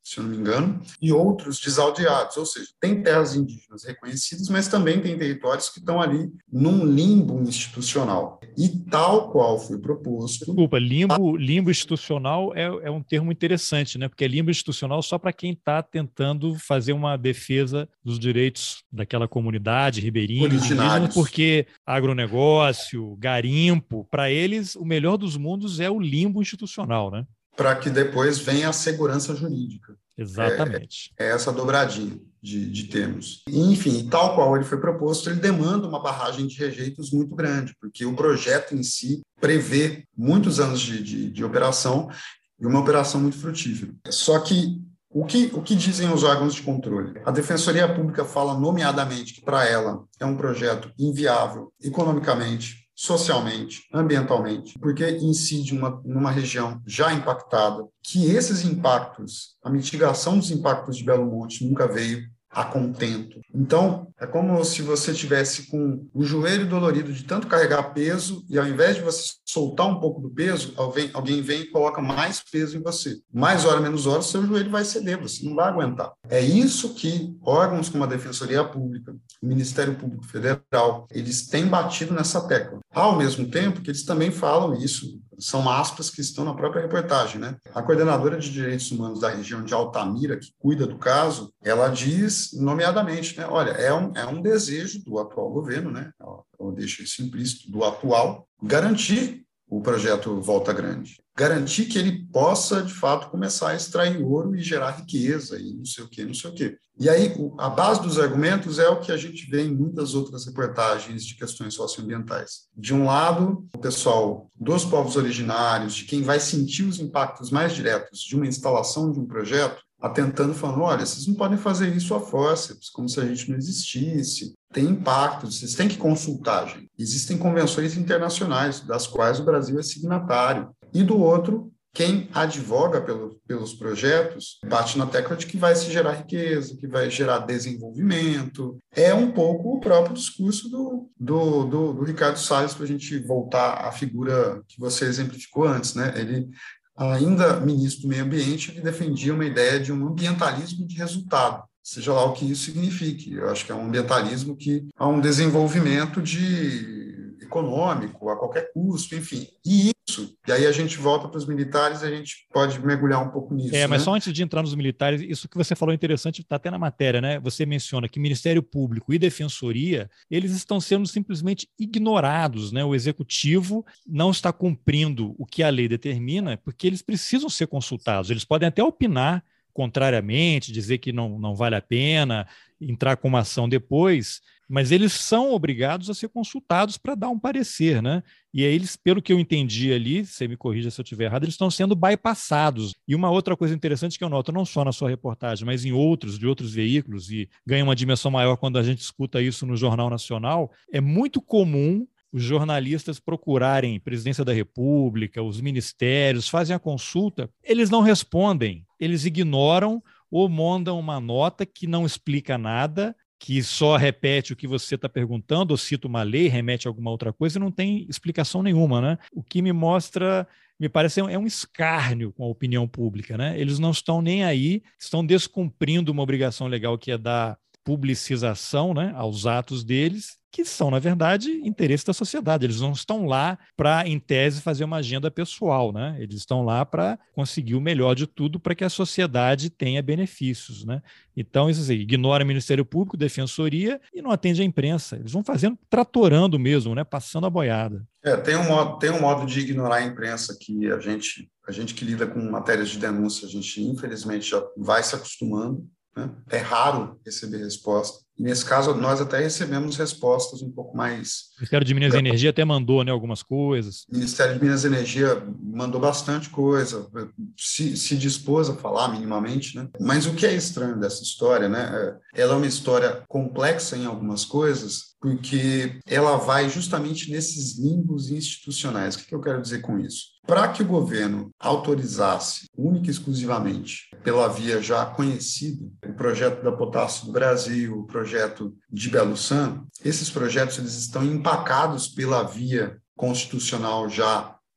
se eu não me engano, e outros desaldeados, ou seja, tem terras indígenas reconhecidas, mas também tem territórios que estão ali num limbo institucional. E tal qual foi proposto... Desculpa, limbo, limbo institucional é, é um termo interessante, né? Porque é limbo institucional só para quem está tentando fazer uma defesa dos direitos daquela comunidade, ribeirinhos, indígenas, porque agronegócio, garimpo, para eles, o melhor dos mundos é o limbo institucional, né? Para que depois venha a segurança jurídica. Exatamente. É, é essa dobradinha de, de termos. Enfim, tal qual ele foi proposto, ele demanda uma barragem de rejeitos muito grande, porque o projeto em si prevê muitos anos de, de, de operação e uma operação muito frutífera. Só que o, que o que dizem os órgãos de controle? A Defensoria Pública fala nomeadamente que, para ela, é um projeto inviável economicamente, socialmente, ambientalmente, porque incide uma, numa região já impactada, que esses impactos, a mitigação dos impactos de Belo Monte nunca veio a contento. Então, é como se você tivesse com o joelho dolorido de tanto carregar peso e ao invés de você soltar um pouco do peso, alguém, alguém vem e coloca mais peso em você. Mais hora, menos hora, seu joelho vai ceder, você não vai aguentar. É isso que órgãos como a Defensoria Pública, o Ministério Público Federal, eles têm batido nessa tecla. Ao mesmo tempo que eles também falam isso, são aspas que estão na própria reportagem, né? A coordenadora de direitos humanos da região de Altamira, que cuida do caso, ela diz nomeadamente, né? Olha, é um, é um desejo do atual governo, né? Eu deixo isso implícito, do atual, garantir o projeto Volta Grande. Garantir que ele possa, de fato, começar a extrair ouro e gerar riqueza e não sei o quê, não sei o quê. E aí, a base dos argumentos é o que a gente vê em muitas outras reportagens de questões socioambientais. De um lado, o pessoal dos povos originários, de quem vai sentir os impactos mais diretos de uma instalação de um projeto, atentando, falando, olha, vocês não podem fazer isso a forceps, como se a gente não existisse. Tem impacto, vocês têm que consultar, gente. Existem convenções internacionais, das quais o Brasil é signatário. E do outro, quem advoga pelo, pelos projetos bate na tecla de que vai se gerar riqueza, que vai gerar desenvolvimento. É um pouco o próprio discurso do, do, do, do Ricardo Salles, para a gente voltar à figura que você exemplificou antes, né? Ele, ainda ministro do Meio Ambiente, ele defendia uma ideia de um ambientalismo de resultado, seja lá o que isso signifique. Eu acho que é um ambientalismo que há um desenvolvimento de econômico a qualquer custo, enfim. E isso, e aí a gente volta para os militares e a gente pode mergulhar um pouco nisso. É, mas né? só antes de entrar nos militares, isso que você falou é interessante, está até na matéria, né? Você menciona que Ministério Público e Defensoria, eles estão sendo simplesmente ignorados, né? O Executivo não está cumprindo o que a lei determina, porque eles precisam ser consultados. Eles podem até opinar contrariamente, dizer que não, não vale a pena entrar com uma ação depois, mas eles são obrigados a ser consultados para dar um parecer, né? E aí eles, pelo que eu entendi ali, você me corrija se eu estiver errado, eles estão sendo bypassados. E uma outra coisa interessante que eu noto, não só na sua reportagem, mas em outros, de outros veículos, e ganha uma dimensão maior quando a gente escuta isso no Jornal Nacional, é muito comum os jornalistas procurarem Presidência da República, os ministérios, fazem a consulta, eles não respondem, eles ignoram ou mandam uma nota que não explica nada, que só repete o que você está perguntando, ou cita uma lei, remete a alguma outra coisa, e não tem explicação nenhuma, né? O que me mostra, me parece, é um escárnio com a opinião pública, né? Eles não estão nem aí, estão descumprindo uma obrigação legal que é dar publicização, né, aos atos deles, que são, na verdade, interesse da sociedade. Eles não estão lá para, em tese, fazer uma agenda pessoal, né? Eles estão lá para conseguir o melhor de tudo para que a sociedade tenha benefícios, né? Então, isso aí, ignora o Ministério Público, Defensoria e não atende à imprensa. Eles vão fazendo, tratorando mesmo, né? Passando a boiada. É, tem um modo, tem um modo de ignorar a imprensa que a gente, a gente que lida com matérias de denúncia, a gente, infelizmente, já vai se acostumando. É raro receber resposta. E nesse caso, nós até recebemos respostas um pouco mais... O Ministério de Minas e Energia até mandou, né, algumas coisas. O Ministério de Minas e Energia mandou bastante coisa, se, se dispôs a falar minimamente, né? Mas o que é estranho dessa história, né? Ela é uma história complexa em algumas coisas, porque ela vai justamente nesses limbos institucionais. O que eu quero dizer com isso? Para que o governo autorizasse, única e exclusivamente, pela via já conhecida, o projeto da Potássio do Brasil, o projeto de Belo-San, esses projetos eles estão empacados pela via constitucional já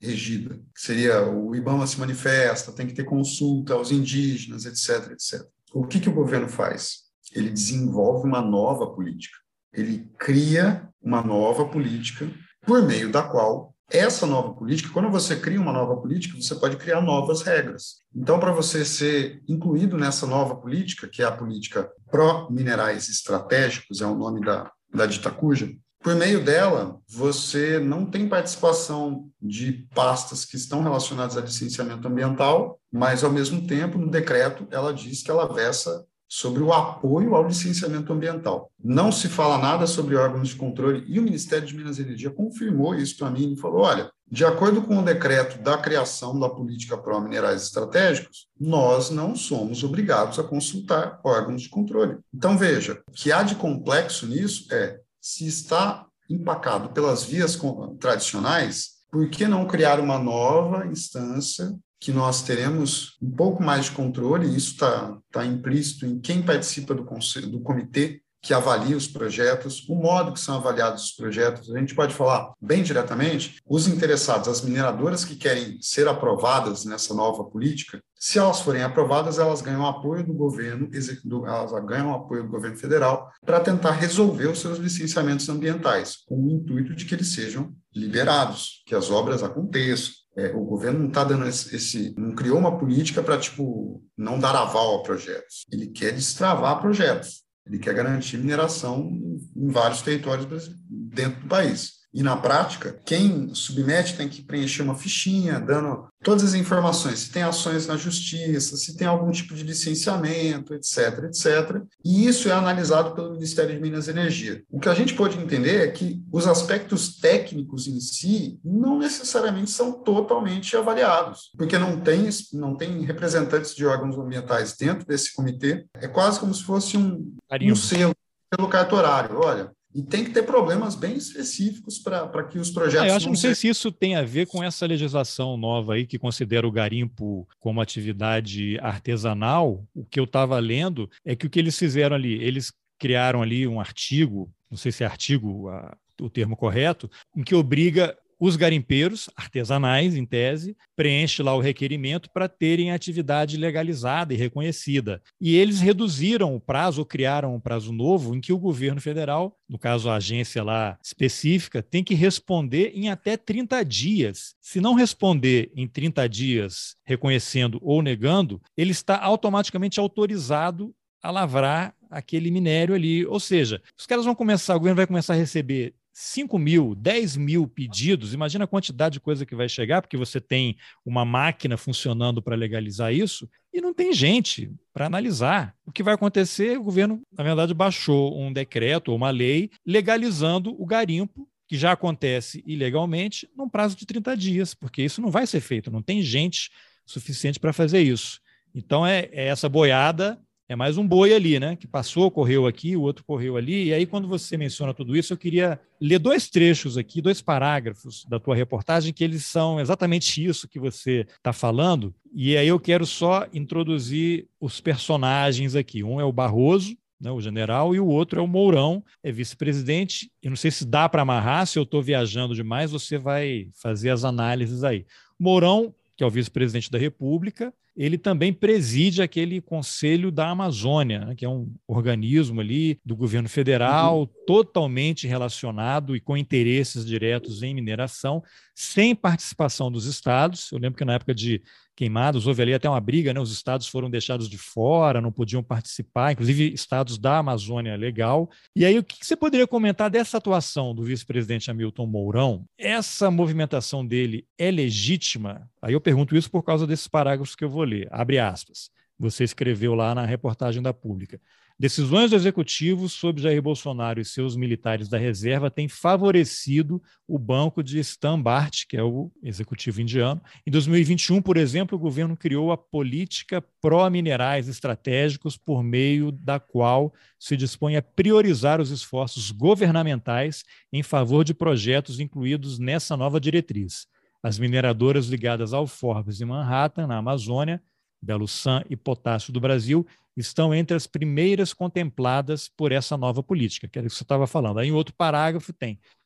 regida, que seria o IBAMA se manifesta, tem que ter consulta aos indígenas, etc, etcétera. O que, que o governo faz? Ele desenvolve uma nova política. Ele cria uma nova política por meio da qual essa nova política, quando você cria uma nova política, você pode criar novas regras. Então, para você ser incluído nessa nova política, que é a política pró-minerais estratégicos, é o nome da, da dita cuja, por meio dela, você não tem participação de pastas que estão relacionadas a licenciamento ambiental, mas, ao mesmo tempo, no decreto, ela diz que ela versa sobre o apoio ao licenciamento ambiental. Não se fala nada sobre órgãos de controle, e o Ministério de Minas e Energia confirmou isso para mim e falou, olha, de acordo com o decreto da criação da política pró-minerais estratégicos, nós não somos obrigados a consultar órgãos de controle. Então, veja, o que há de complexo nisso é, se está empacado pelas vias tradicionais, por que não criar uma nova instância que nós teremos um pouco mais de controle, e isso está tá implícito em quem participa do, conselho, do comitê que avalia os projetos, o modo que são avaliados os projetos. A gente pode falar bem diretamente, os interessados, as mineradoras que querem ser aprovadas nessa nova política, se elas forem aprovadas, elas ganham apoio do governo, elas ganham apoio do governo federal para tentar resolver os seus licenciamentos ambientais, com o intuito de que eles sejam liberados, que as obras aconteçam. É, o governo não está dando esse, esse, não criou uma política para tipo não dar aval a projetos. Ele quer destravar projetos. Ele quer garantir mineração em vários territórios dentro do país. E, na prática, quem submete tem que preencher uma fichinha, dando todas as informações, se tem ações na justiça, se tem algum tipo de licenciamento, etc, etcétera. E isso é analisado pelo Ministério de Minas e Energia. O que a gente pode entender é que os aspectos técnicos em si não necessariamente são totalmente avaliados, porque não tem, não tem representantes de órgãos ambientais dentro desse comitê. É quase como se fosse um, um selo pelo cartorário. Olha, e tem que ter problemas bem específicos para que os projetos... Ah, eu acho, não, não sei se... se isso tem a ver com essa legislação nova aí que considera o garimpo como atividade artesanal. O que eu estava lendo é que o que eles fizeram ali, eles criaram ali um artigo, não sei se é artigo a, o termo correto, em que obriga os garimpeiros artesanais, em tese, preenche lá o requerimento para terem atividade legalizada e reconhecida. E eles reduziram o prazo, ou criaram um prazo novo, em que o governo federal, no caso a agência lá específica, tem que responder em até trinta dias. Se não responder em trinta dias, reconhecendo ou negando, ele está automaticamente autorizado a lavrar aquele minério ali. Ou seja, os caras vão começar, o governo vai começar a receber cinco mil, dez mil pedidos, imagina a quantidade de coisa que vai chegar, porque você tem uma máquina funcionando para legalizar isso e não tem gente para analisar. O que vai acontecer? O governo, na verdade, baixou um decreto ou uma lei legalizando o garimpo, que já acontece ilegalmente, num prazo de trinta dias, porque isso não vai ser feito, não tem gente suficiente para fazer isso. Então, é, é essa boiada. É mais um boi ali, né? Que passou, correu aqui, o outro correu ali. E aí, quando você menciona tudo isso, eu queria ler dois trechos aqui, dois parágrafos da tua reportagem, que eles são exatamente isso que você está falando. E aí eu quero só introduzir os personagens aqui. Um é o Barroso, né, o general, e o outro é o Mourão, é vice-presidente. Eu não sei se dá para amarrar, se eu estou viajando demais, você vai fazer as análises aí. Mourão, que é o vice-presidente da República, ele também preside aquele Conselho da Amazônia, né, que é um organismo ali do governo federal, uhum, totalmente relacionado e com interesses diretos em mineração, sem participação dos estados. Eu lembro que na época de Queimados houve ali até uma briga, né? Os estados foram deixados de fora, não podiam participar, inclusive estados da Amazônia Legal. E aí, o que você poderia comentar dessa atuação do vice-presidente Hamilton Mourão? Essa movimentação dele é legítima? Aí eu pergunto isso por causa desses parágrafos que eu vou ler. Abre aspas. Você escreveu lá na reportagem da Pública. Decisões do executivo sobre Jair Bolsonaro e seus militares da reserva têm favorecido o banco de Stambart, que é o executivo indiano. Em dois mil e vinte e um, por exemplo, o governo criou a política pró-minerais estratégicos, por meio da qual se dispõe a priorizar os esforços governamentais em favor de projetos incluídos nessa nova diretriz. As mineradoras ligadas ao Forbes e Manhattan, na Amazônia, Belo San e Potássio do Brasil, estão entre as primeiras contempladas por essa nova política, que era o que você estava falando. Aí em outro parágrafo tem: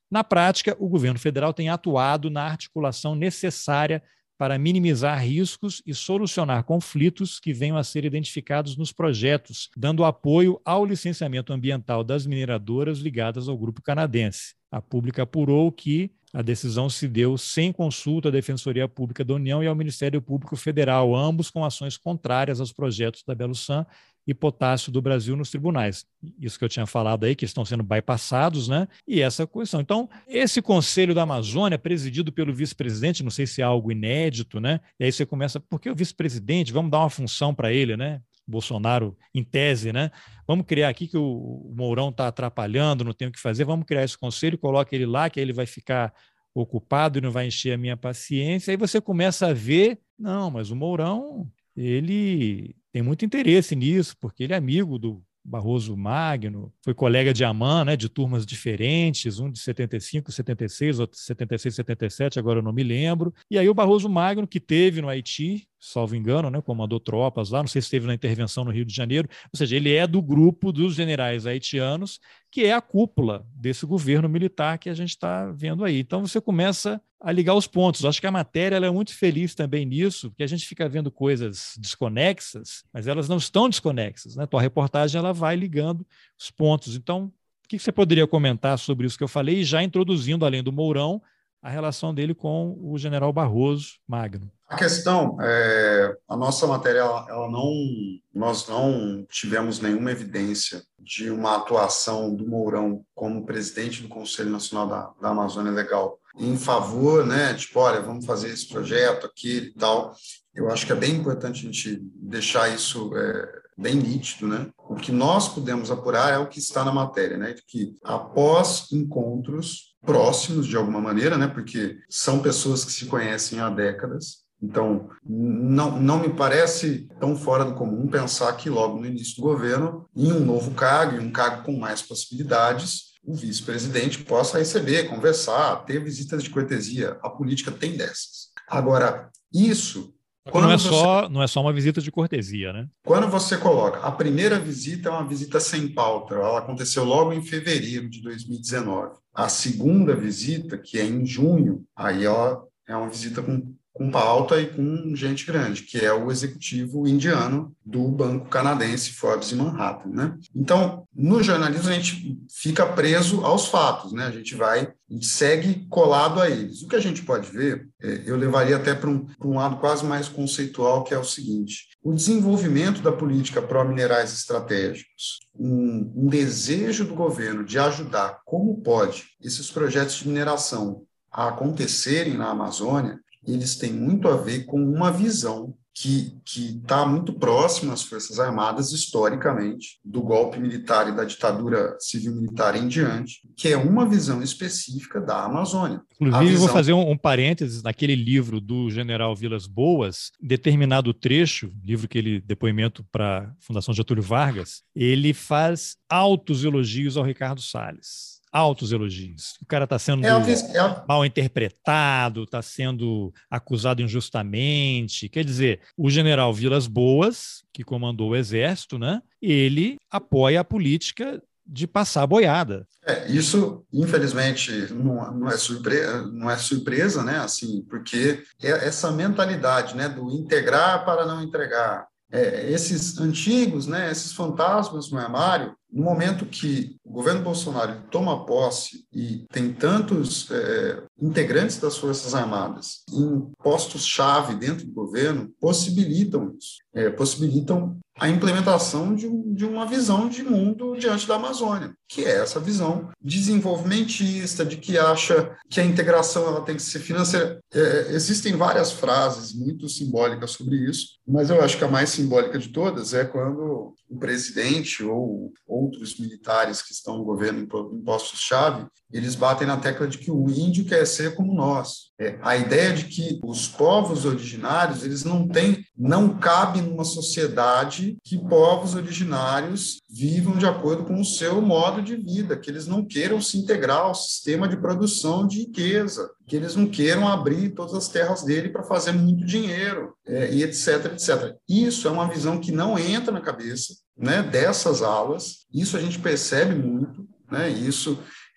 Na prática, o governo federal tem atuado na articulação necessária para minimizar riscos e solucionar conflitos que venham a ser identificados nos projetos, dando apoio ao licenciamento ambiental das mineradoras ligadas ao grupo canadense. A pública apurou que a decisão se deu sem consulta à Defensoria Pública da União e ao Ministério Público Federal, ambos com ações contrárias aos projetos da Belosan e Potássio do Brasil nos tribunais. Isso que eu tinha falado aí, que estão sendo bypassados, né? E essa questão. Então, esse Conselho da Amazônia, presidido pelo vice-presidente, não sei se é algo inédito, né? E aí você começa, por que o vice-presidente? Vamos dar uma função para ele, né? Bolsonaro, em tese, né? Vamos criar aqui que o Mourão está atrapalhando, não tem o que fazer, vamos criar esse conselho, coloca ele lá, que aí ele vai ficar ocupado e não vai encher a minha paciência. Aí você começa a ver, não, mas o Mourão, ele tem muito interesse nisso, porque ele é amigo do Barroso Magno, foi colega de Aman, né, de turmas diferentes, um de setenta e cinco, setenta e seis, outro de setenta e seis, setenta e sete, agora eu não me lembro. E aí o Barroso Magno, que teve no Haiti, salvo engano, né, comandou tropas lá, não sei se esteve na intervenção no Rio de Janeiro, ou seja, ele é do grupo dos generais haitianos, que é a cúpula desse governo militar que a gente está vendo aí. Então você começa a ligar os pontos. Eu acho que a matéria ela é muito feliz também nisso, porque a gente fica vendo coisas desconexas, mas elas não estão desconexas, né? A tua reportagem ela vai ligando os pontos. Então, o que você poderia comentar sobre isso que eu falei, já introduzindo, além do Mourão, a relação dele com o general Barroso Magno? A questão é, a nossa matéria, ela, ela não, nós não tivemos nenhuma evidência de uma atuação do Mourão como presidente do Conselho Nacional da, da Amazônia Legal em favor, né, tipo, olha, vamos fazer esse projeto, aquele e tal. Eu acho que é bem importante a gente deixar isso é, bem nítido, né? O que nós podemos apurar é o que está na matéria, né? De que após encontros próximos, de alguma maneira, né? Porque são pessoas que se conhecem há décadas, então não, não me parece tão fora do comum pensar que logo no início do governo, em um novo cargo, em um cargo com mais possibilidades, o vice-presidente possa receber, conversar, ter visitas de cortesia. A política tem dessas. Agora, isso... Quando não, é só, você, não é só uma visita de cortesia, né? Quando você coloca... A primeira visita é uma visita sem pauta. Ela aconteceu logo em fevereiro de dois mil e dezenove. A segunda visita, que é em junho, aí ela é uma visita com... com pauta e com gente grande, que é o executivo indiano do banco canadense Forbes em Manhattan, né? Então, no jornalismo, a gente fica preso aos fatos, né? A gente vai, a gente segue colado a eles. O que a gente pode ver, é, eu levaria até para um, para um lado quase mais conceitual, que é o seguinte: o desenvolvimento da política pró-minerais estratégicos, um, um desejo do governo de ajudar como pode esses projetos de mineração a acontecerem na Amazônia, eles têm muito a ver com uma visão que está muito próxima às Forças Armadas, historicamente, do golpe militar e da ditadura civil-militar em diante, que é uma visão específica da Amazônia. Inclusive, visão... vou fazer um, um parênteses, naquele livro do general Vilas Boas, determinado trecho, livro que ele, depoimento para a Fundação Getúlio Vargas, ele faz altos elogios ao Ricardo Salles. Altos elogios. O cara está sendo é a, é a... mal interpretado, está sendo acusado injustamente. Quer dizer, o general Vilas Boas, que comandou o Exército, né, ele apoia a política de passar a boiada. É, isso, infelizmente, não, não, é surpresa, não é surpresa, né, assim, porque é essa mentalidade, né, do integrar para não entregar. É, esses antigos, né, esses fantasmas no armário, no momento que o governo Bolsonaro toma posse e tem tantos é, integrantes das Forças Armadas em postos-chave dentro do governo, possibilitam isso, é, possibilitam a implementação de, um, de uma visão de mundo diante da Amazônia, que é essa visão desenvolvimentista, de que acha que a integração ela tem que ser financeira. É, existem várias frases muito simbólicas sobre isso, mas eu acho que a mais simbólica de todas é quando o presidente ou outros militares que estão no governo em postos-chave, eles batem na tecla de que o índio quer ser como nós. É, a ideia de que os povos originários, eles não têm, não cabe numa sociedade que povos originários vivam de acordo com o seu modo de vida, que eles não queiram se integrar ao sistema de produção de riqueza, que eles não queiram abrir todas as terras dele para fazer muito dinheiro, é, e etc, etcétera. Isso é uma visão que não entra na cabeça, né, dessas alas, isso a gente percebe muito, né, isso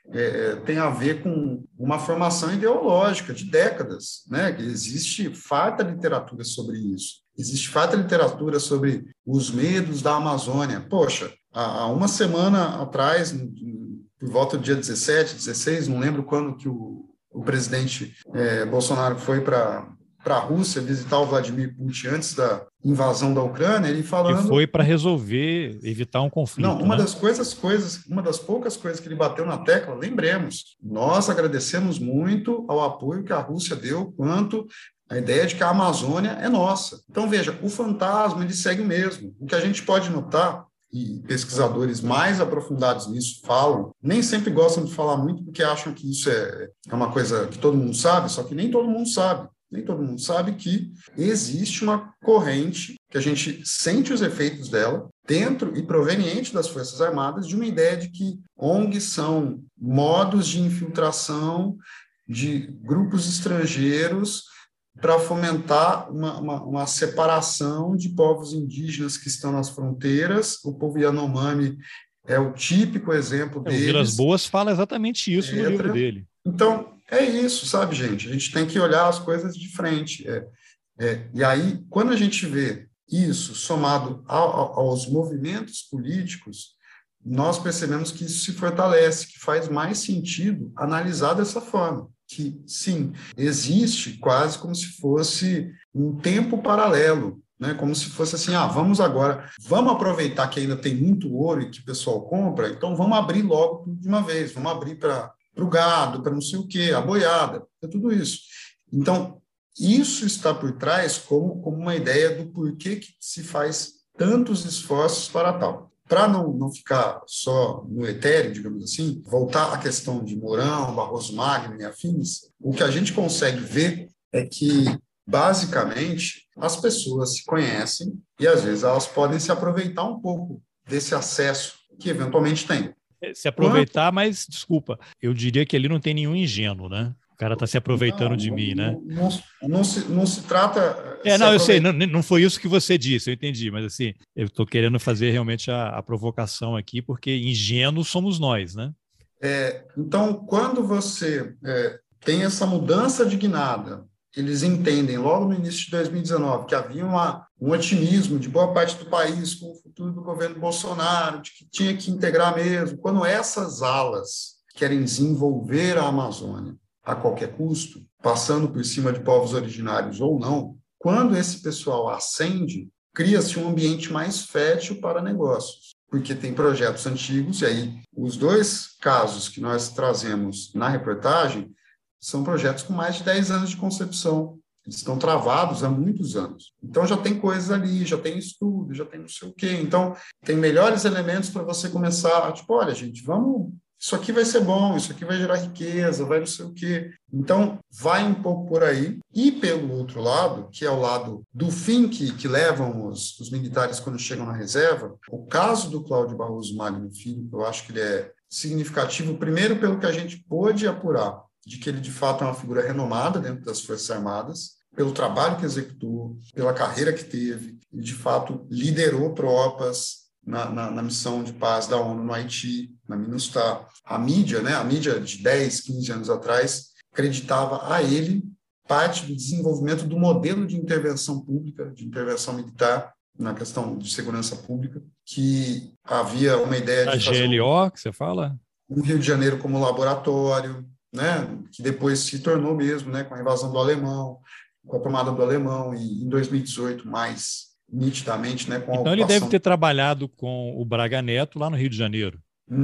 é, tem a ver com uma formação ideológica de décadas, né? Existe farta literatura sobre isso. Existe farta literatura sobre os medos da Amazônia. Poxa, há uma semana atrás, por volta do dia dezessete, dezesseis, não lembro quando que o, o presidente é, Bolsonaro foi para para a Rússia visitar o Vladimir Putin antes da invasão da Ucrânia, ele falando... E foi para resolver, evitar um conflito. Não, uma né? das coisas, coisas, uma das poucas coisas que ele bateu na tecla, lembremos, nós agradecemos muito ao apoio que a Rússia deu quanto a ideia de que a Amazônia é nossa. Então, veja, o fantasma, ele segue o mesmo. O que a gente pode notar, e pesquisadores mais aprofundados nisso falam, nem sempre gostam de falar muito porque acham que isso é, é uma coisa que todo mundo sabe, só que nem todo mundo sabe. Nem todo mundo sabe que existe uma corrente que a gente sente os efeitos dela dentro e proveniente das Forças Armadas de uma ideia de que O N Gs são modos de infiltração de grupos estrangeiros para fomentar uma, uma, uma separação de povos indígenas que estão nas fronteiras. O povo Yanomami é o típico exemplo É, deles. o Vilas Boas fala exatamente isso no livro dele. Então, é isso, sabe, gente? A gente tem que olhar as coisas de frente. É, é, e aí, quando a gente vê isso somado ao, aos movimentos políticos, nós percebemos que isso se fortalece, que faz mais sentido analisar dessa forma. Que, sim, existe quase como se fosse um tempo paralelo, né? Como se fosse assim, ah, vamos agora, vamos aproveitar que ainda tem muito ouro e que o pessoal compra, então vamos abrir logo tudo de uma vez, vamos abrir para para o gado, para não sei o quê, a boiada, é tudo isso. Então, isso está por trás como, como uma ideia do porquê que se faz tantos esforços para tal. Para não, não ficar só no etéreo, digamos assim, voltar à questão de Mourão, Barroso Magno e afins, o que a gente consegue ver é que, basicamente, as pessoas se conhecem e, às vezes, elas podem se aproveitar um pouco desse acesso que, eventualmente, tem. Se aproveitar, mas, desculpa, eu diria que ali não tem nenhum ingênuo, né? O cara está se aproveitando não, de não, mim, não, né? Não, não, se, não se trata... É, não, eu sei, não, não foi isso que você disse, eu entendi, mas assim, eu estou querendo fazer realmente a, a provocação aqui, porque ingênuos somos nós, né? É, então, quando você é, tem essa mudança de guinada, eles entendem logo no início de dois mil e dezenove que havia uma, um otimismo de boa parte do país com o futuro do governo Bolsonaro, de que tinha que integrar mesmo. Quando essas alas querem desenvolver a Amazônia a qualquer custo, passando por cima de povos originários ou não, quando esse pessoal ascende, cria-se um ambiente mais fértil para negócios, porque tem projetos antigos, e aí os dois casos que nós trazemos na reportagem são projetos com mais de dez anos de concepção. Eles estão travados há muitos anos. Então, já tem coisas ali, já tem estudo, já tem não sei o quê. Então, tem melhores elementos para você começar, tipo, olha, gente, vamos... Isso aqui vai ser bom, isso aqui vai gerar riqueza, vai não sei o quê. Então, vai um pouco por aí. E, pelo outro lado, que é o lado do fim que, que levam os, os militares quando chegam na reserva, o caso do Cláudio Barroso Magno Filho, eu acho que ele é significativo, primeiro pelo que a gente pôde apurar, de que ele, de fato, é uma figura renomada dentro das Forças Armadas, pelo trabalho que executou, pela carreira que teve, e, de fato, liderou tropas na, na, na missão de paz da ONU no Haiti, na MINUSTAH. A mídia, né, a mídia de dez, quinze anos atrás, acreditava a ele parte do desenvolvimento do modelo de intervenção pública, de intervenção militar, na questão de segurança pública, que havia uma ideia de a G L O, que você fala? Um Rio de Janeiro como laboratório, né, que depois se tornou mesmo, né, com a invasão do alemão, com a tomada do alemão, e em dois mil e dezoito, mais nitidamente, né, com a Então ocupação. Ele deve ter trabalhado com o Braga Neto lá no Rio de Janeiro.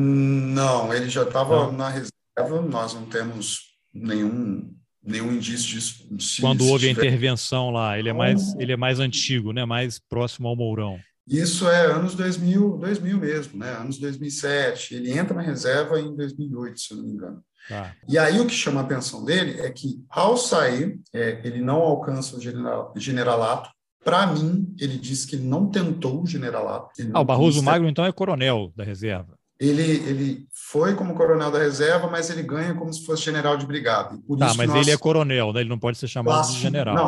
Não, ele já estava na reserva, nós não temos nenhum, nenhum indício disso. Se, Quando se houve tiver... a intervenção lá, ele é, mais, ele é mais antigo, né, mais próximo ao Mourão. Isso é anos dois mil, dois mil mesmo, né, anos dois mil e sete. Ele entra na reserva em dois mil e oito, se eu não me engano. Tá. E aí o que chama a atenção dele é que, ao sair, é, ele não alcança o general, generalato. Para mim, ele diz que ele não tentou o generalato. Ah, o Barroso Magno, então, é coronel da reserva. Ele, ele foi como coronel da reserva, mas ele ganha como se fosse general de brigada. Por tá, isso mas nós... ele é coronel, né? Ele não pode ser chamado Classe... de general. Não,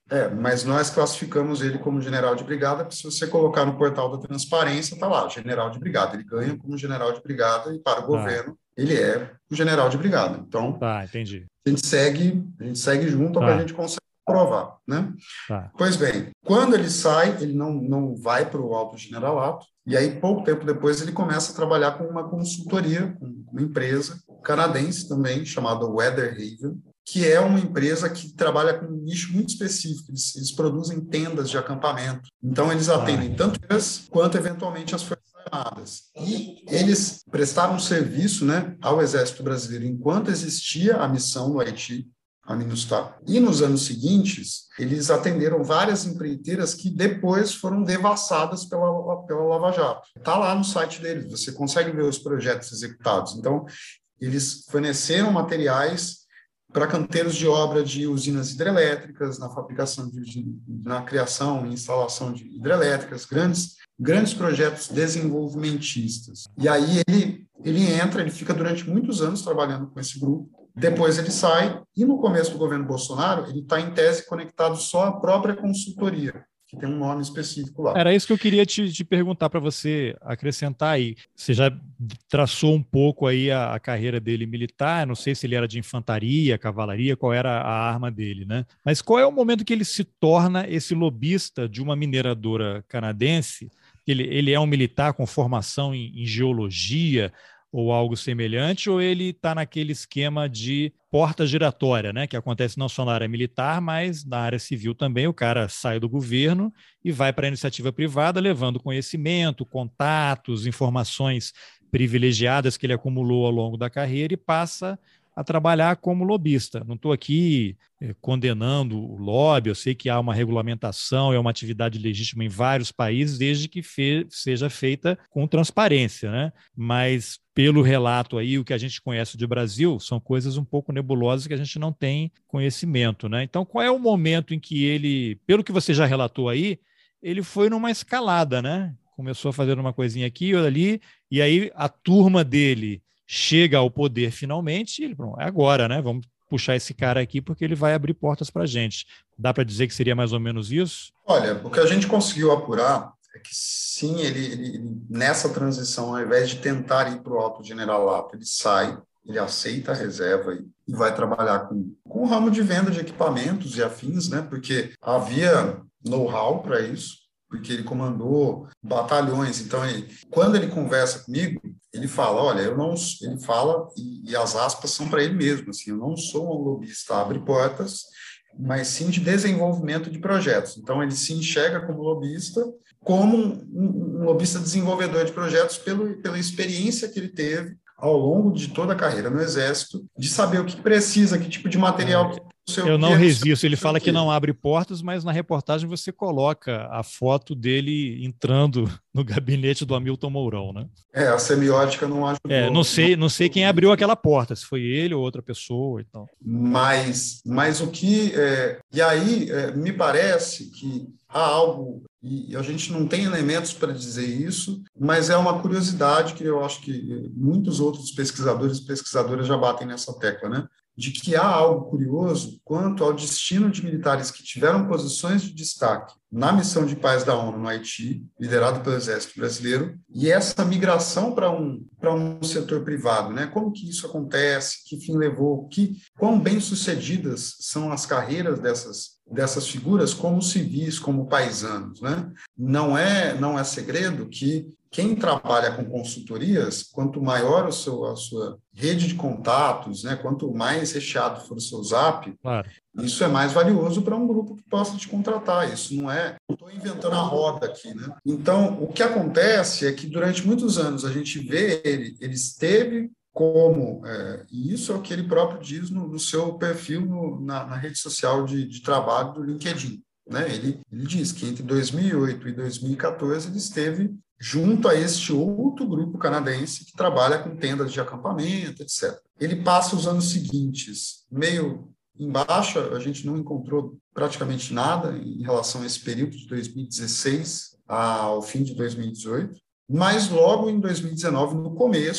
É, mas nós classificamos ele como general de brigada, porque se você colocar no portal da transparência, está lá, general de brigada. Ele ganha como general de brigada e para o Tá, governo ele é o general de brigada. Então, tá, entendi. a gente segue, a gente segue junto ao que a Tá, gente consegue provar, né? tá. Pois bem, quando ele sai, ele não, não vai para o alto generalato, e aí, pouco tempo depois, ele começa a trabalhar com uma consultoria, com uma empresa canadense também, chamada Weather Haven, que é uma empresa que trabalha com um nicho muito específico. Eles, eles produzem tendas de acampamento. Então, eles Tá. atendem tanto eles quanto, eventualmente, as Forças Armadas. E eles prestaram serviço, né, ao Exército Brasileiro enquanto existia a missão no Haiti, a MINUSTAH. E nos anos seguintes, eles atenderam várias empreiteiras que depois foram devassadas pela, pela Lava Jato. Está lá no site deles, você consegue ver os projetos executados. Então, eles forneceram materiais para canteiros de obra de usinas hidrelétricas, na fabricação, de, de, na criação e instalação de hidrelétricas, grandes, grandes projetos desenvolvimentistas. E aí ele, ele entra, ele fica durante muitos anos trabalhando com esse grupo, depois ele sai, e no começo do governo Bolsonaro, ele está, em tese, conectado só à própria consultoria, que tem um nome específico lá. Era isso que eu queria te, te perguntar para você acrescentar aí. Você já traçou um pouco aí a, a carreira dele militar, não sei se ele era de infantaria, cavalaria, qual era a arma dele, né? Mas qual é o momento que ele se torna esse lobista de uma mineradora canadense? Ele, ele é um militar com formação em, em geologia, ou algo semelhante, ou ele está naquele esquema de porta giratória, né, que acontece não só na área militar, mas na área civil também. O cara sai do governo e vai para a iniciativa privada, levando conhecimento, contatos, informações privilegiadas que ele acumulou ao longo da carreira e passa a trabalhar como lobista. Não estou aqui eh, condenando o lobby, eu sei que há uma regulamentação, é uma atividade legítima em vários países, desde que fe- seja feita com transparência, né? Mas pelo relato aí, o que a gente conhece do Brasil são coisas um pouco nebulosas que a gente não tem conhecimento, né? Então, qual é o momento em que ele, pelo que você já relatou aí, ele foi numa escalada, né? Começou a fazer uma coisinha aqui ou ali, e aí a turma dele chega ao poder finalmente, e ele, bom, é agora, né? Vamos puxar esse cara aqui porque ele vai abrir portas para a gente. Dá para dizer que seria mais ou menos isso? Olha, o que a gente conseguiu apurar é que sim, ele, ele, ele nessa transição, ao invés de tentar ir para o alto generalato, ele sai, ele aceita a reserva e, e vai trabalhar com, com o ramo de venda de equipamentos e afins, né? Porque havia know-how para isso, porque ele comandou batalhões. Então, ele, quando ele conversa comigo, ele fala, olha, eu não, ele fala, e, e as aspas são para ele mesmo, assim, eu não sou um lobista, abre portas, mas sim de desenvolvimento de projetos. Então, ele se enxerga como lobista, como um, um lobista desenvolvedor de projetos pelo, pela experiência que ele teve ao longo de toda a carreira no Exército, de saber o que precisa, que tipo de material que eu não resisto. Ele fala que não abre portas, mas na reportagem você coloca a foto dele entrando no gabinete do Hamilton Mourão, né? É, a semiótica não ajudou. É, não sei, não sei quem abriu aquela porta, se foi ele ou outra pessoa e tal. Mas, mas o que... É, e aí, é, me parece que há algo, e a gente não tem elementos para dizer isso, mas é uma curiosidade que eu acho que muitos outros pesquisadores e pesquisadoras já batem nessa tecla, né? De que há algo curioso quanto ao destino de militares que tiveram posições de destaque na missão de paz da ONU no Haiti, liderado pelo Exército Brasileiro, e essa migração para um, para um setor privado, né? Como que isso acontece, que fim levou, que, quão bem-sucedidas são as carreiras dessas, dessas figuras como civis, como paisanos, né? Não é, não é segredo que quem trabalha com consultorias, quanto maior o seu, a sua rede de contatos, né, quanto mais recheado for o seu zap, claro, isso é mais valioso para um grupo que possa te contratar. Isso não é... Estou inventando a roda aqui, né? Então, o que acontece é que durante muitos anos a gente vê ele, ele esteve como... É, e isso é o que ele próprio diz no, no seu perfil no, na, na rede social de, de trabalho do LinkedIn. Né? Ele, ele diz que entre dois mil e oito e dois mil e quatorze ele esteve junto a este outro grupo canadense que trabalha com tendas de acampamento, etcétera. Ele passa os anos seguintes meio embaixo, a gente não encontrou praticamente nada em relação a esse período de dois mil e dezesseis ao fim de dois mil e dezoito, mas logo em dois mil e dezenove, no começo,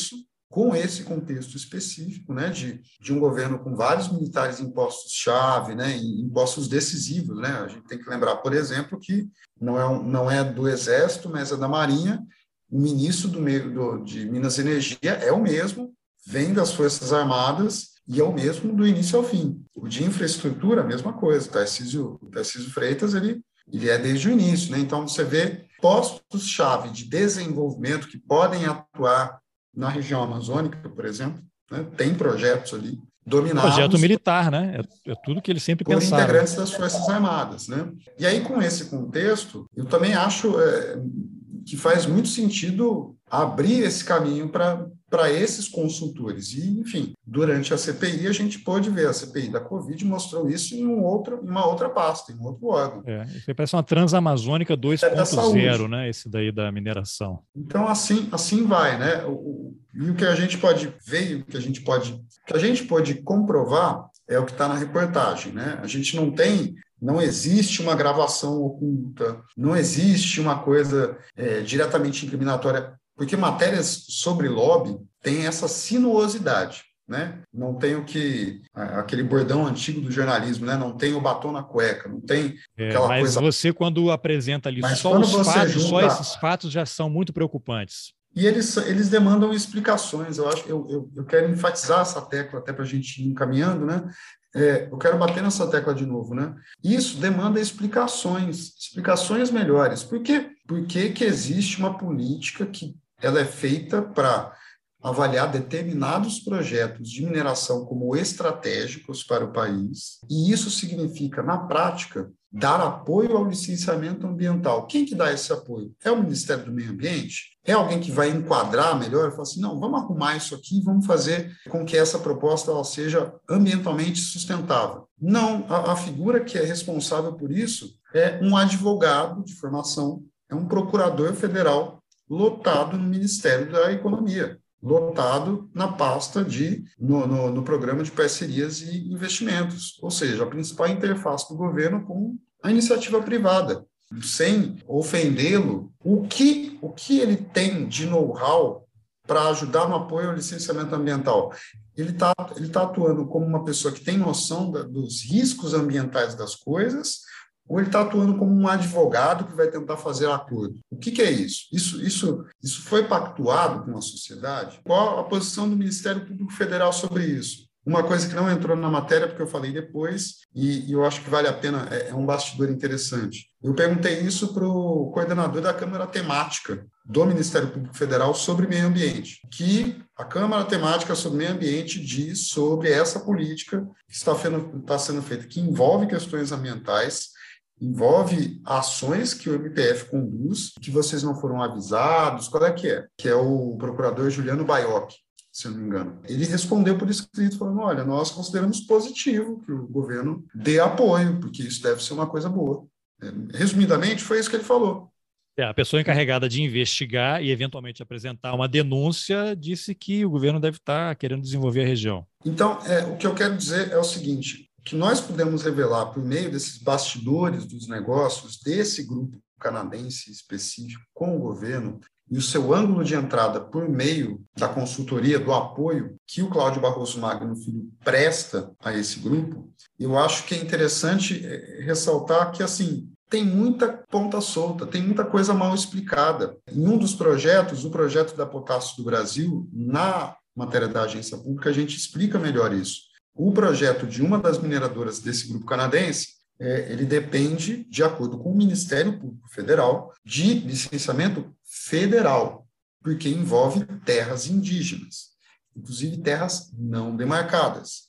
com esse contexto específico, né, de, de um governo com vários militares em postos-chave, né, em postos decisivos, né? A gente tem que lembrar, por exemplo, que não é, um, não é do Exército, mas é da Marinha. O ministro do meio do, de Minas e Energia é o mesmo, vem das Forças Armadas e é o mesmo do início ao fim. O de infraestrutura, a mesma coisa. O Tarcísio, o Tarcísio Freitas, ele, ele é desde o início, né? Então, você vê postos-chave de desenvolvimento que podem atuar na região amazônica, por exemplo, né? Tem projetos ali dominados... Projeto militar, né? É, é tudo que eles sempre por pensaram. integrantes das Forças Armadas, né? E aí, com esse contexto, eu também acho é, que faz muito sentido abrir esse caminho para para esses consultores. E, enfim, durante a C P I, a gente pôde ver, a C P I da Covid mostrou isso em, um outro, em uma outra pasta, em um outro órgão. É, isso parece uma Transamazônica dois ponto zero, né? Esse daí da mineração. Então, assim, assim vai, né? O, o, e o que a gente pode ver, o que a gente pode, o que a gente pode comprovar é o que está na reportagem, né? A gente não tem... Não existe uma gravação oculta, não existe uma coisa é, diretamente incriminatória, porque matérias sobre lobby têm essa sinuosidade, né? Não tem o que... aquele bordão antigo do jornalismo, né? Não tem o batom na cueca, não tem é, aquela mas coisa... Mas você, quando apresenta ali mas só os fatos, junta... só esses fatos já são muito preocupantes. E eles, eles demandam explicações. Eu, acho, eu, eu, eu quero enfatizar essa tecla até para a gente ir encaminhando, né? É, eu quero bater nessa tecla de novo, né? Isso demanda explicações, explicações melhores. Por quê? Porque que existe uma política que ela é feita para avaliar determinados projetos de mineração como estratégicos para o país, e isso significa, na prática, dar apoio ao licenciamento ambiental. Quem que dá esse apoio? É o Ministério do Meio Ambiente? É alguém que vai enquadrar melhor e falar assim, não, vamos arrumar isso aqui, vamos fazer com que essa proposta ela seja ambientalmente sustentável. Não, a, a figura que é responsável por isso é um advogado de formação, é um procurador federal lotado no Ministério da Economia, lotado na pasta de, no, no, no programa de parcerias e investimentos, ou seja, a principal interface do governo com a iniciativa privada, sem ofendê-lo. O que, o que ele tem de know-how para ajudar no apoio ao licenciamento ambiental? Ele está ele tá atuando como uma pessoa que tem noção da, dos riscos ambientais das coisas, ou ele está atuando como um advogado que vai tentar fazer acordo? O que, que é isso? isso? Isso isso foi pactuado com a sociedade? Qual a posição do Ministério Público Federal sobre isso? Uma coisa que não entrou na matéria, porque eu falei depois, e, e eu acho que vale a pena, é, é um bastidor interessante. Eu perguntei isso para o coordenador da Câmara Temática do Ministério Público Federal sobre meio ambiente, que a Câmara Temática sobre Meio Ambiente diz sobre essa política que está, está sendo feita, que envolve questões ambientais, envolve ações que o M P F conduz, que vocês não foram avisados. Qual é que é? Que é o procurador Juliano Baiocchi, se eu não me engano. Ele respondeu por escrito, falando, olha, nós consideramos positivo que o governo dê apoio, porque isso deve ser uma coisa boa. Resumidamente, foi isso que ele falou. É, a pessoa encarregada de investigar e eventualmente apresentar uma denúncia disse que o governo deve estar querendo desenvolver a região. Então, é, o que eu quero dizer é o seguinte, que nós podemos revelar por meio desses bastidores dos negócios desse grupo canadense específico com o governo e o seu ângulo de entrada por meio da consultoria, do apoio que o Cláudio Barroso Magno Filho presta a esse grupo, eu acho que é interessante ressaltar que, assim, tem muita ponta solta, tem muita coisa mal explicada. Em um dos projetos, o projeto da Potássio do Brasil, na matéria da agência pública, a gente explica melhor isso. O projeto de uma das mineradoras desse grupo canadense, é, ele depende, de acordo com o Ministério Público Federal, de licenciamento federal, porque envolve terras indígenas, inclusive terras não demarcadas.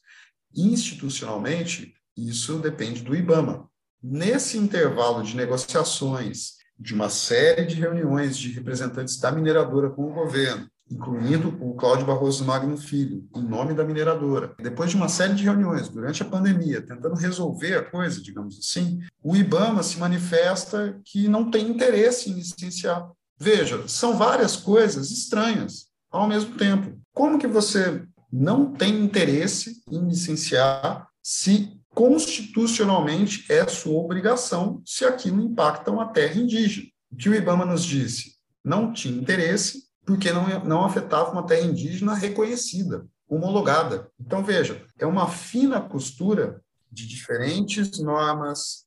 Institucionalmente, isso depende do IBAMA. Nesse intervalo de negociações, de uma série de reuniões de representantes da mineradora com o governo, incluindo o Cláudio Barroso Magno Filho, em nome da mineradora. Depois de uma série de reuniões durante a pandemia, tentando resolver a coisa, digamos assim, o IBAMA se manifesta que não tem interesse em licenciar. Veja, são várias coisas estranhas ao mesmo tempo. Como que você não tem interesse em licenciar se constitucionalmente é sua obrigação, se aquilo impacta uma terra indígena? O que o IBAMA nos disse? Não tinha interesse, porque não, não afetava uma terra indígena reconhecida, homologada. Então, veja, é uma fina costura de diferentes normas,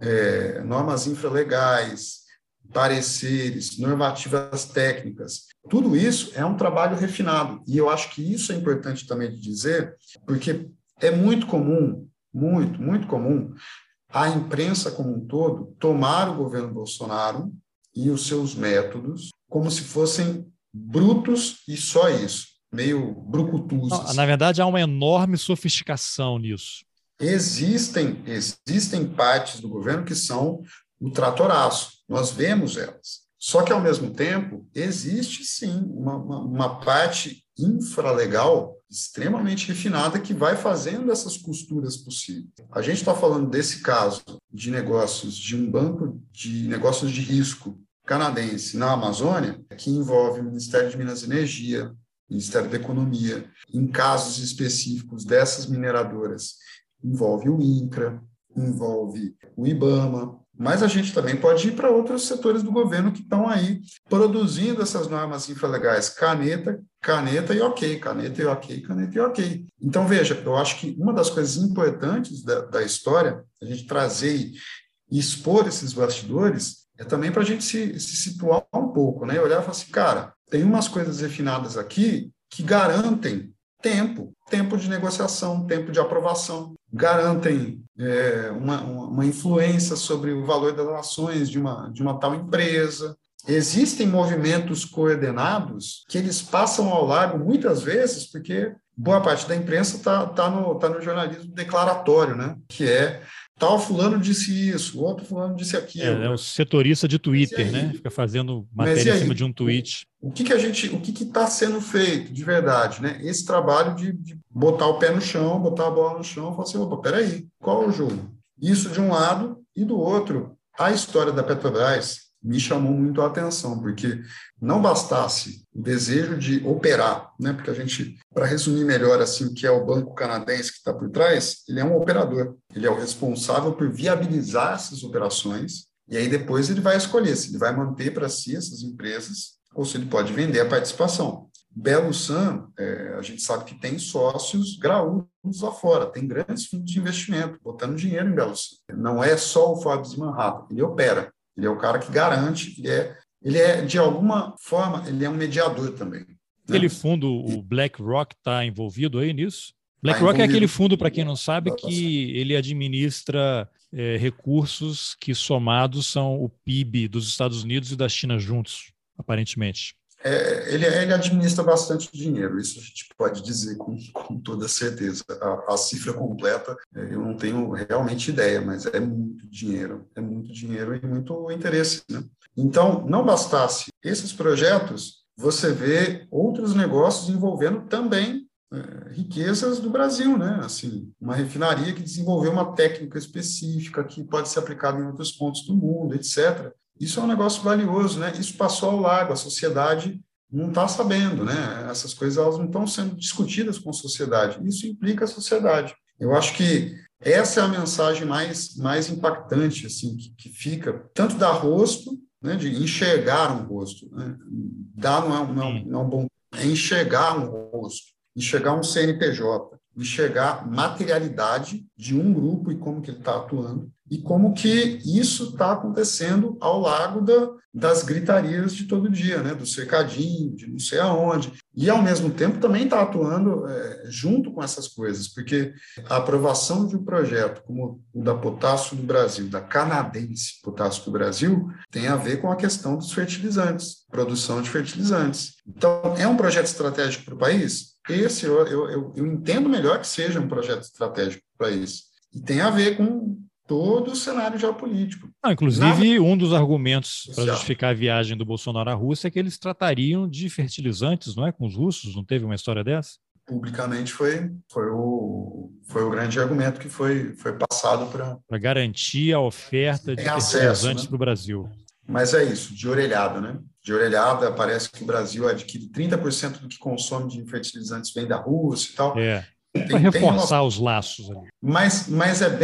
é, normas infralegais, pareceres, normativas técnicas. Tudo isso é um trabalho refinado. E eu acho que isso é importante também de dizer, porque é muito comum, muito, muito comum, a imprensa como um todo tomar o governo Bolsonaro e os seus métodos como se fossem brutos e só isso, meio brucutus. Assim. Na verdade, há uma enorme sofisticação nisso. Existem, existem partes do governo que são o tratoraço, nós vemos elas. Só que, ao mesmo tempo, existe, sim, uma, uma, uma parte infralegal extremamente refinada que vai fazendo essas costuras possíveis. A gente está falando desse caso de negócios, de um banco de negócios de risco canadense na Amazônia, que envolve o Ministério de Minas e Energia, Ministério da Economia. Em casos específicos dessas mineradoras, envolve o INCRA, envolve o IBAMA, mas a gente também pode ir para outros setores do governo que estão aí produzindo essas normas infralegais. Caneta, caneta e ok, caneta e ok, caneta e ok. Então, veja, eu acho que uma das coisas importantes da, da história, a gente trazer e, e expor esses bastidores, é também para a gente se, se situar um pouco, né? Olhar e falar assim, cara, tem umas coisas refinadas aqui que garantem tempo, tempo de negociação, tempo de aprovação, garantem é, uma, uma influência sobre o valor das ações de uma, de uma tal empresa. Existem movimentos coordenados que eles passam ao largo muitas vezes porque boa parte da imprensa está tá no, tá no jornalismo declaratório, né? Que é tal fulano disse isso, outro fulano disse aquilo. É, é o setorista de Twitter, né? Fica fazendo matéria em cima de um tweet. O, o que que a gente, o que que está sendo feito de verdade, né? Esse trabalho de, de botar o pé no chão, botar a bola no chão, e falar assim, opa, peraí, qual é o jogo? Isso de um lado e do outro. A história da Petrobras me chamou muito a atenção, porque não bastasse o desejo de operar, né? Porque a gente, para resumir melhor assim, o que é o banco canadense que está por trás, ele é um operador, ele é o responsável por viabilizar essas operações, e aí depois ele vai escolher se ele vai manter para si essas empresas ou se ele pode vender a participação. Belo Sun, é, a gente sabe que tem sócios graúdos lá fora, tem grandes fundos de investimento botando dinheiro em Belo Sun. Não é só o Forbes Manhattan, ele opera. Ele é o cara que garante, ele é, ele é, de alguma forma, ele é um mediador também. Né? Aquele fundo, o BlackRock, está envolvido aí nisso? BlackRock tá é aquele fundo, para quem não sabe, que ele administra é, recursos que somados são o P I B dos Estados Unidos e da China juntos, aparentemente. É, ele, ele administra bastante dinheiro, isso a gente pode dizer com, com toda certeza. A, a cifra completa eu não tenho realmente ideia, mas é muito dinheiro, é muito dinheiro e muito interesse. Né? Então, não bastasse esses projetos, você vê outros negócios envolvendo também é, riquezas do Brasil, né? Assim, uma refinaria que desenvolveu uma técnica específica que pode ser aplicada em outros pontos do mundo, etcétera. Isso é um negócio valioso, né? Isso passou ao largo, a sociedade não está sabendo, né? Essas coisas elas não estão sendo discutidas com a sociedade. Isso implica a sociedade. Eu acho que essa é a mensagem mais, mais impactante, assim, que, que fica, tanto dar rosto, né, de enxergar um rosto. Né? Dar não é, não, é, não é um bom... É enxergar um rosto, enxergar um C N P J, enxergar materialidade de um grupo e como que ele está atuando, e como que isso está acontecendo ao largo da, das gritarias de todo dia, né? Do cercadinho, de não sei aonde, e ao mesmo tempo também está atuando é, junto com essas coisas, porque a aprovação de um projeto como o da Potássio do Brasil, da canadense Potássio do Brasil, tem a ver com a questão dos fertilizantes, produção de fertilizantes. Então, é um projeto estratégico para o país? Esse eu, eu, eu, eu entendo melhor que seja um projeto estratégico para o país, e tem a ver com todo o cenário geopolítico. Não, inclusive, Na... um dos argumentos para justificar a viagem do Bolsonaro à Rússia é que eles tratariam de fertilizantes, não é? Com os russos, não teve uma história dessa? Publicamente foi, foi, o, foi o grande argumento que foi, foi passado para... Para garantir a oferta de fertilizantes, né, para o Brasil. Mas é isso, de orelhada, né? De orelhada, parece que o Brasil adquire trinta por cento do que consome de fertilizantes vem da Rússia e tal. É, para reforçar tem uma... os laços ali. Mas, mas é bem...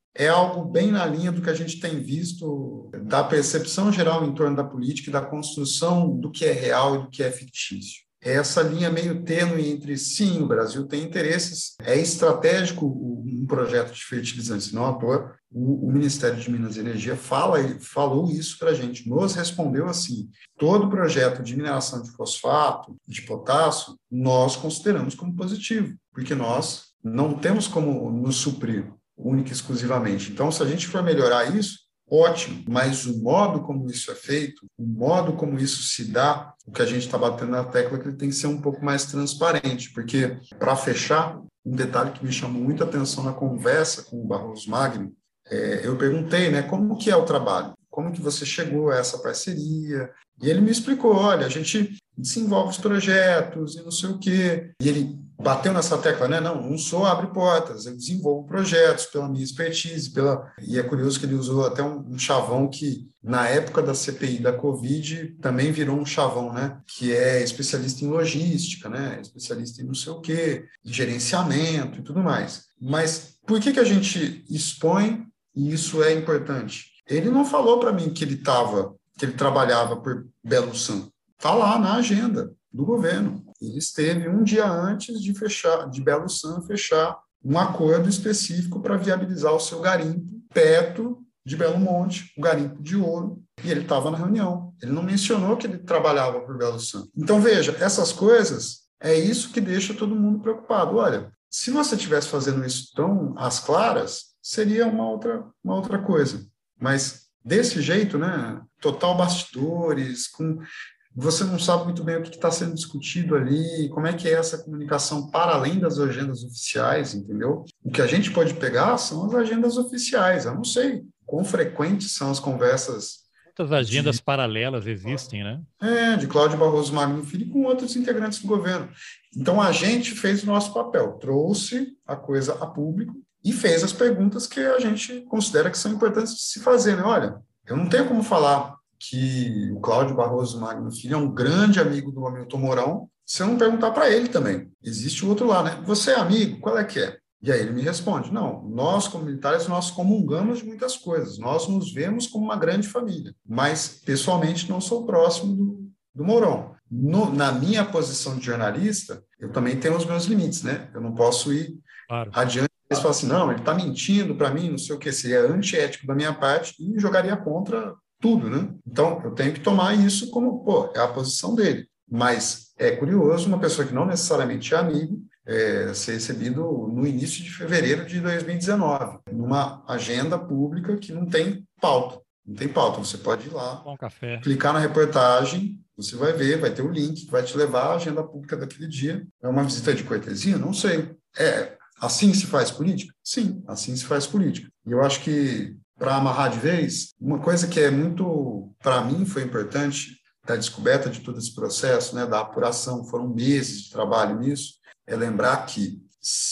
é algo bem na linha do que a gente tem visto da percepção geral em torno da política e da construção do que é real e do que é fictício. É essa linha meio tênue entre, sim, o Brasil tem interesses, é estratégico um projeto de fertilizantes, não à toa, o, o Ministério de Minas e Energia fala, falou isso para a gente, nos respondeu assim, todo projeto de mineração de fosfato, de potássio, nós consideramos como positivo, porque nós não temos como nos suprir única e exclusivamente. Então, se a gente for melhorar isso, ótimo, mas o modo como isso é feito, o modo como isso se dá, o que a gente está batendo na tecla é que ele tem que ser um pouco mais transparente, porque, para fechar, um detalhe que me chamou muita atenção na conversa com o Barroso Magno, é, eu perguntei, né, como que é o trabalho? Como que você chegou a essa parceria? E ele me explicou, olha, a gente desenvolve os projetos e não sei o quê. E ele bateu nessa tecla, né? Não, não sou abre portas, eu desenvolvo projetos pela minha expertise, pela... e é curioso que ele usou até um, um chavão que, na época da C P I da Covid, também virou um chavão, né? Que é especialista em logística, né? Especialista em não sei o quê, em gerenciamento e tudo mais. Mas por que que a gente expõe e isso é importante? Ele não falou para mim que ele estava, que ele trabalhava por Belo San. Está lá na agenda do governo. Ele esteve um dia antes de fechar, de Belo San fechar um acordo específico para viabilizar o seu garimpo perto de Belo Monte, o garimpo de ouro, e ele estava na reunião. Ele não mencionou que ele trabalhava por Belo San. Então, veja, essas coisas, é isso que deixa todo mundo preocupado. Olha, se você estivesse fazendo isso tão às claras, seria uma outra, uma outra coisa. Mas desse jeito, né, total bastidores, com... você não sabe muito bem o que está sendo discutido ali, como é que é essa comunicação para além das agendas oficiais, entendeu? O que a gente pode pegar são as agendas oficiais. Eu não sei quão frequentes são as conversas. Muitas agendas de... paralelas existem, né? É, de Cláudio Barroso Magno Filho com outros integrantes do governo. Então, a gente fez o nosso papel, trouxe a coisa a público e fez as perguntas que a gente considera que são importantes de se fazer, né? Olha, eu não tenho como falar que o Cláudio Barroso Magno Filho é um grande amigo do Hamilton Mourão, se eu não perguntar para ele também. Existe o outro lá, né? Você é amigo? Qual é que é? E aí ele me responde, não, nós como militares, nós comungamos de muitas coisas, nós nos vemos como uma grande família, mas pessoalmente não sou próximo do, do Mourão. No, na minha posição de jornalista, eu também tenho os meus limites, né? Eu não posso ir claro. adiante. Eles falam assim, não, ele está mentindo para mim, não sei o que, seria antiético da minha parte e jogaria contra tudo, né? Então, eu tenho que tomar isso como, pô, é a posição dele. Mas é curioso uma pessoa que não necessariamente é amigo é, ser recebido no início de fevereiro de dois mil e dezenove, numa agenda pública que não tem pauta. Não tem pauta, você pode ir lá, um café. clicar na reportagem, você vai ver, vai ter o link que vai te levar à agenda pública daquele dia. É uma visita de cortesia? Não sei. É, assim se faz política? Sim, assim se faz política. E eu acho que, para amarrar de vez, uma coisa que é muito, para mim, foi importante da descoberta de todo esse processo, né, da apuração, foram meses de trabalho nisso, é lembrar que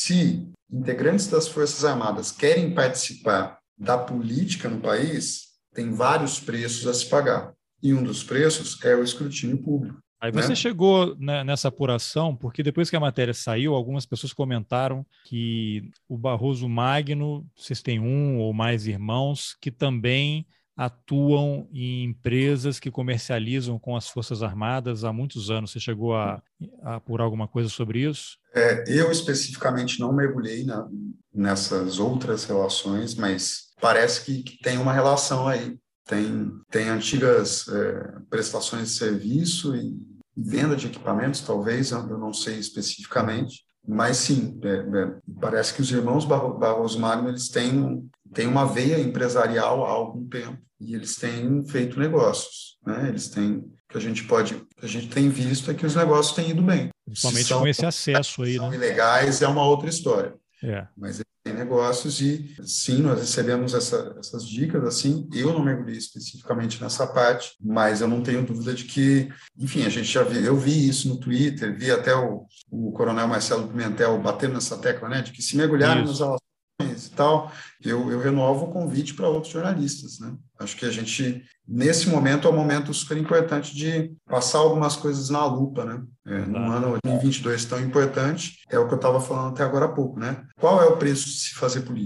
se integrantes das Forças Armadas querem participar da política no país, tem vários preços a se pagar. E um dos preços é o escrutínio público. Aí você né? chegou né, nessa apuração, porque depois que a matéria saiu, algumas pessoas comentaram que o Barroso Magno, vocês têm um ou mais irmãos, que também atuam em empresas que comercializam com as Forças Armadas há muitos anos. Você chegou a, a apurar alguma coisa sobre isso? É, eu especificamente não mergulhei na, nessas outras relações, mas parece que, que tem uma relação aí. Tem, tem antigas é, prestações de serviço e venda de equipamentos, talvez, eu não sei especificamente, mas sim, é, é, parece que os irmãos Barroso Magno eles têm, têm uma veia empresarial há algum tempo e eles têm feito negócios, né? Eles têm, que a gente pode, que a gente tem visto é que os negócios têm ido bem. Principalmente com esse acesso aí, são né? ilegais é uma outra história. É. Mas tem negócios e, sim, nós recebemos essa, essas dicas, assim, eu não mergulhei especificamente nessa parte, mas eu não tenho dúvida de que, enfim, a gente já viu, eu vi isso no Twitter, vi até o, o coronel Marcelo Pimentel batendo nessa tecla, né, de que se mergulharem nas relações e tal, eu, eu renovo o convite para outros jornalistas, né? Acho que a gente, nesse momento, é um momento super importante de passar algumas coisas na lupa, né? É, num ano dois mil e vinte e dois tão importante, é o que eu estava falando até agora há pouco, né? Qual é o preço de se fazer política?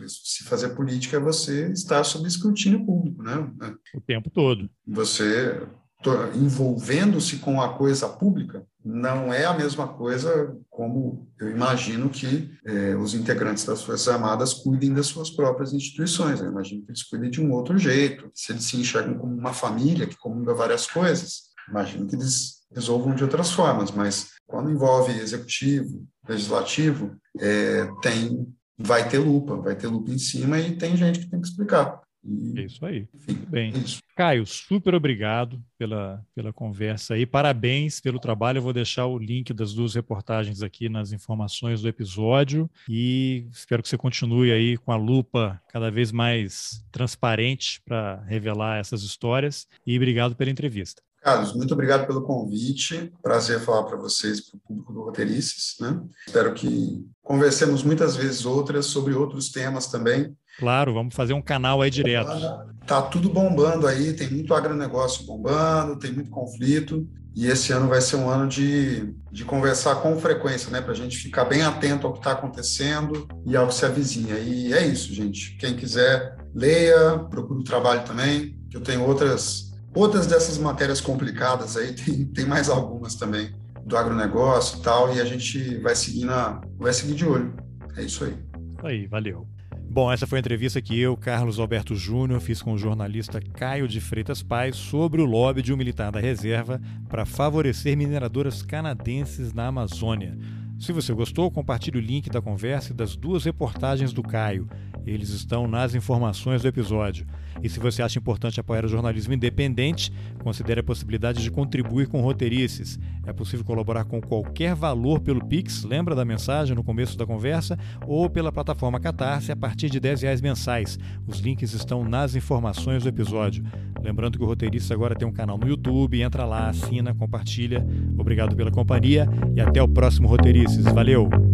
Se fazer política é você estar sob escrutínio público, né? O tempo todo. Você envolvendo-se com a coisa pública não é a mesma coisa como eu imagino que eh, os integrantes das Forças Armadas cuidem das suas próprias instituições. Eu imagino que eles cuidem de um outro jeito. Se eles se enxergam como uma família que comunga várias coisas, imagino que eles resolvam de outras formas, mas quando envolve executivo, legislativo, é, tem, vai ter lupa, vai ter lupa em cima e tem gente que tem que explicar. E, é isso aí. Enfim, Muito bem. É isso. Caio, super obrigado pela, pela conversa aí. Parabéns pelo trabalho. Eu vou deixar o link das duas reportagens aqui nas informações do episódio e espero que você continue aí com a lupa cada vez mais transparente para revelar essas histórias. E obrigado pela entrevista. Carlos, muito obrigado pelo convite. Prazer falar para vocês, para o público do Roteirices, né? Espero que conversemos muitas vezes outras sobre outros temas também. Claro, vamos fazer um canal aí direto. Tá tudo bombando aí, tem muito agronegócio bombando, tem muito conflito, e esse ano vai ser um ano de, de conversar com frequência, né? Para a gente ficar bem atento ao que está acontecendo e ao que se avizinha. E é isso, gente. Quem quiser, leia, procure o trabalho também, que eu tenho outras... Outras dessas matérias complicadas aí, tem, tem mais algumas também, do agronegócio e tal, e a gente vai seguir, na, vai seguir de olho. É isso aí. Isso aí, valeu. Bom, essa foi a entrevista que eu, Carlos Alberto Júnior, fiz com o jornalista Caio de Freitas Paz sobre o lobby de um militar da reserva para favorecer mineradoras canadenses na Amazônia. Se você gostou, compartilhe o link da conversa e das duas reportagens do Caio. Eles estão nas informações do episódio. E se você acha importante apoiar o jornalismo independente, considere a possibilidade de contribuir com Roteirices. É possível colaborar com qualquer valor pelo Pix, lembra da mensagem no começo da conversa, ou pela plataforma Catarse a partir de dez reais mensais. Os links estão nas informações do episódio. Lembrando que o Roteirices agora tem um canal no YouTube, entra lá, assina, compartilha. Obrigado pela companhia e até o próximo Roteirices. Valeu!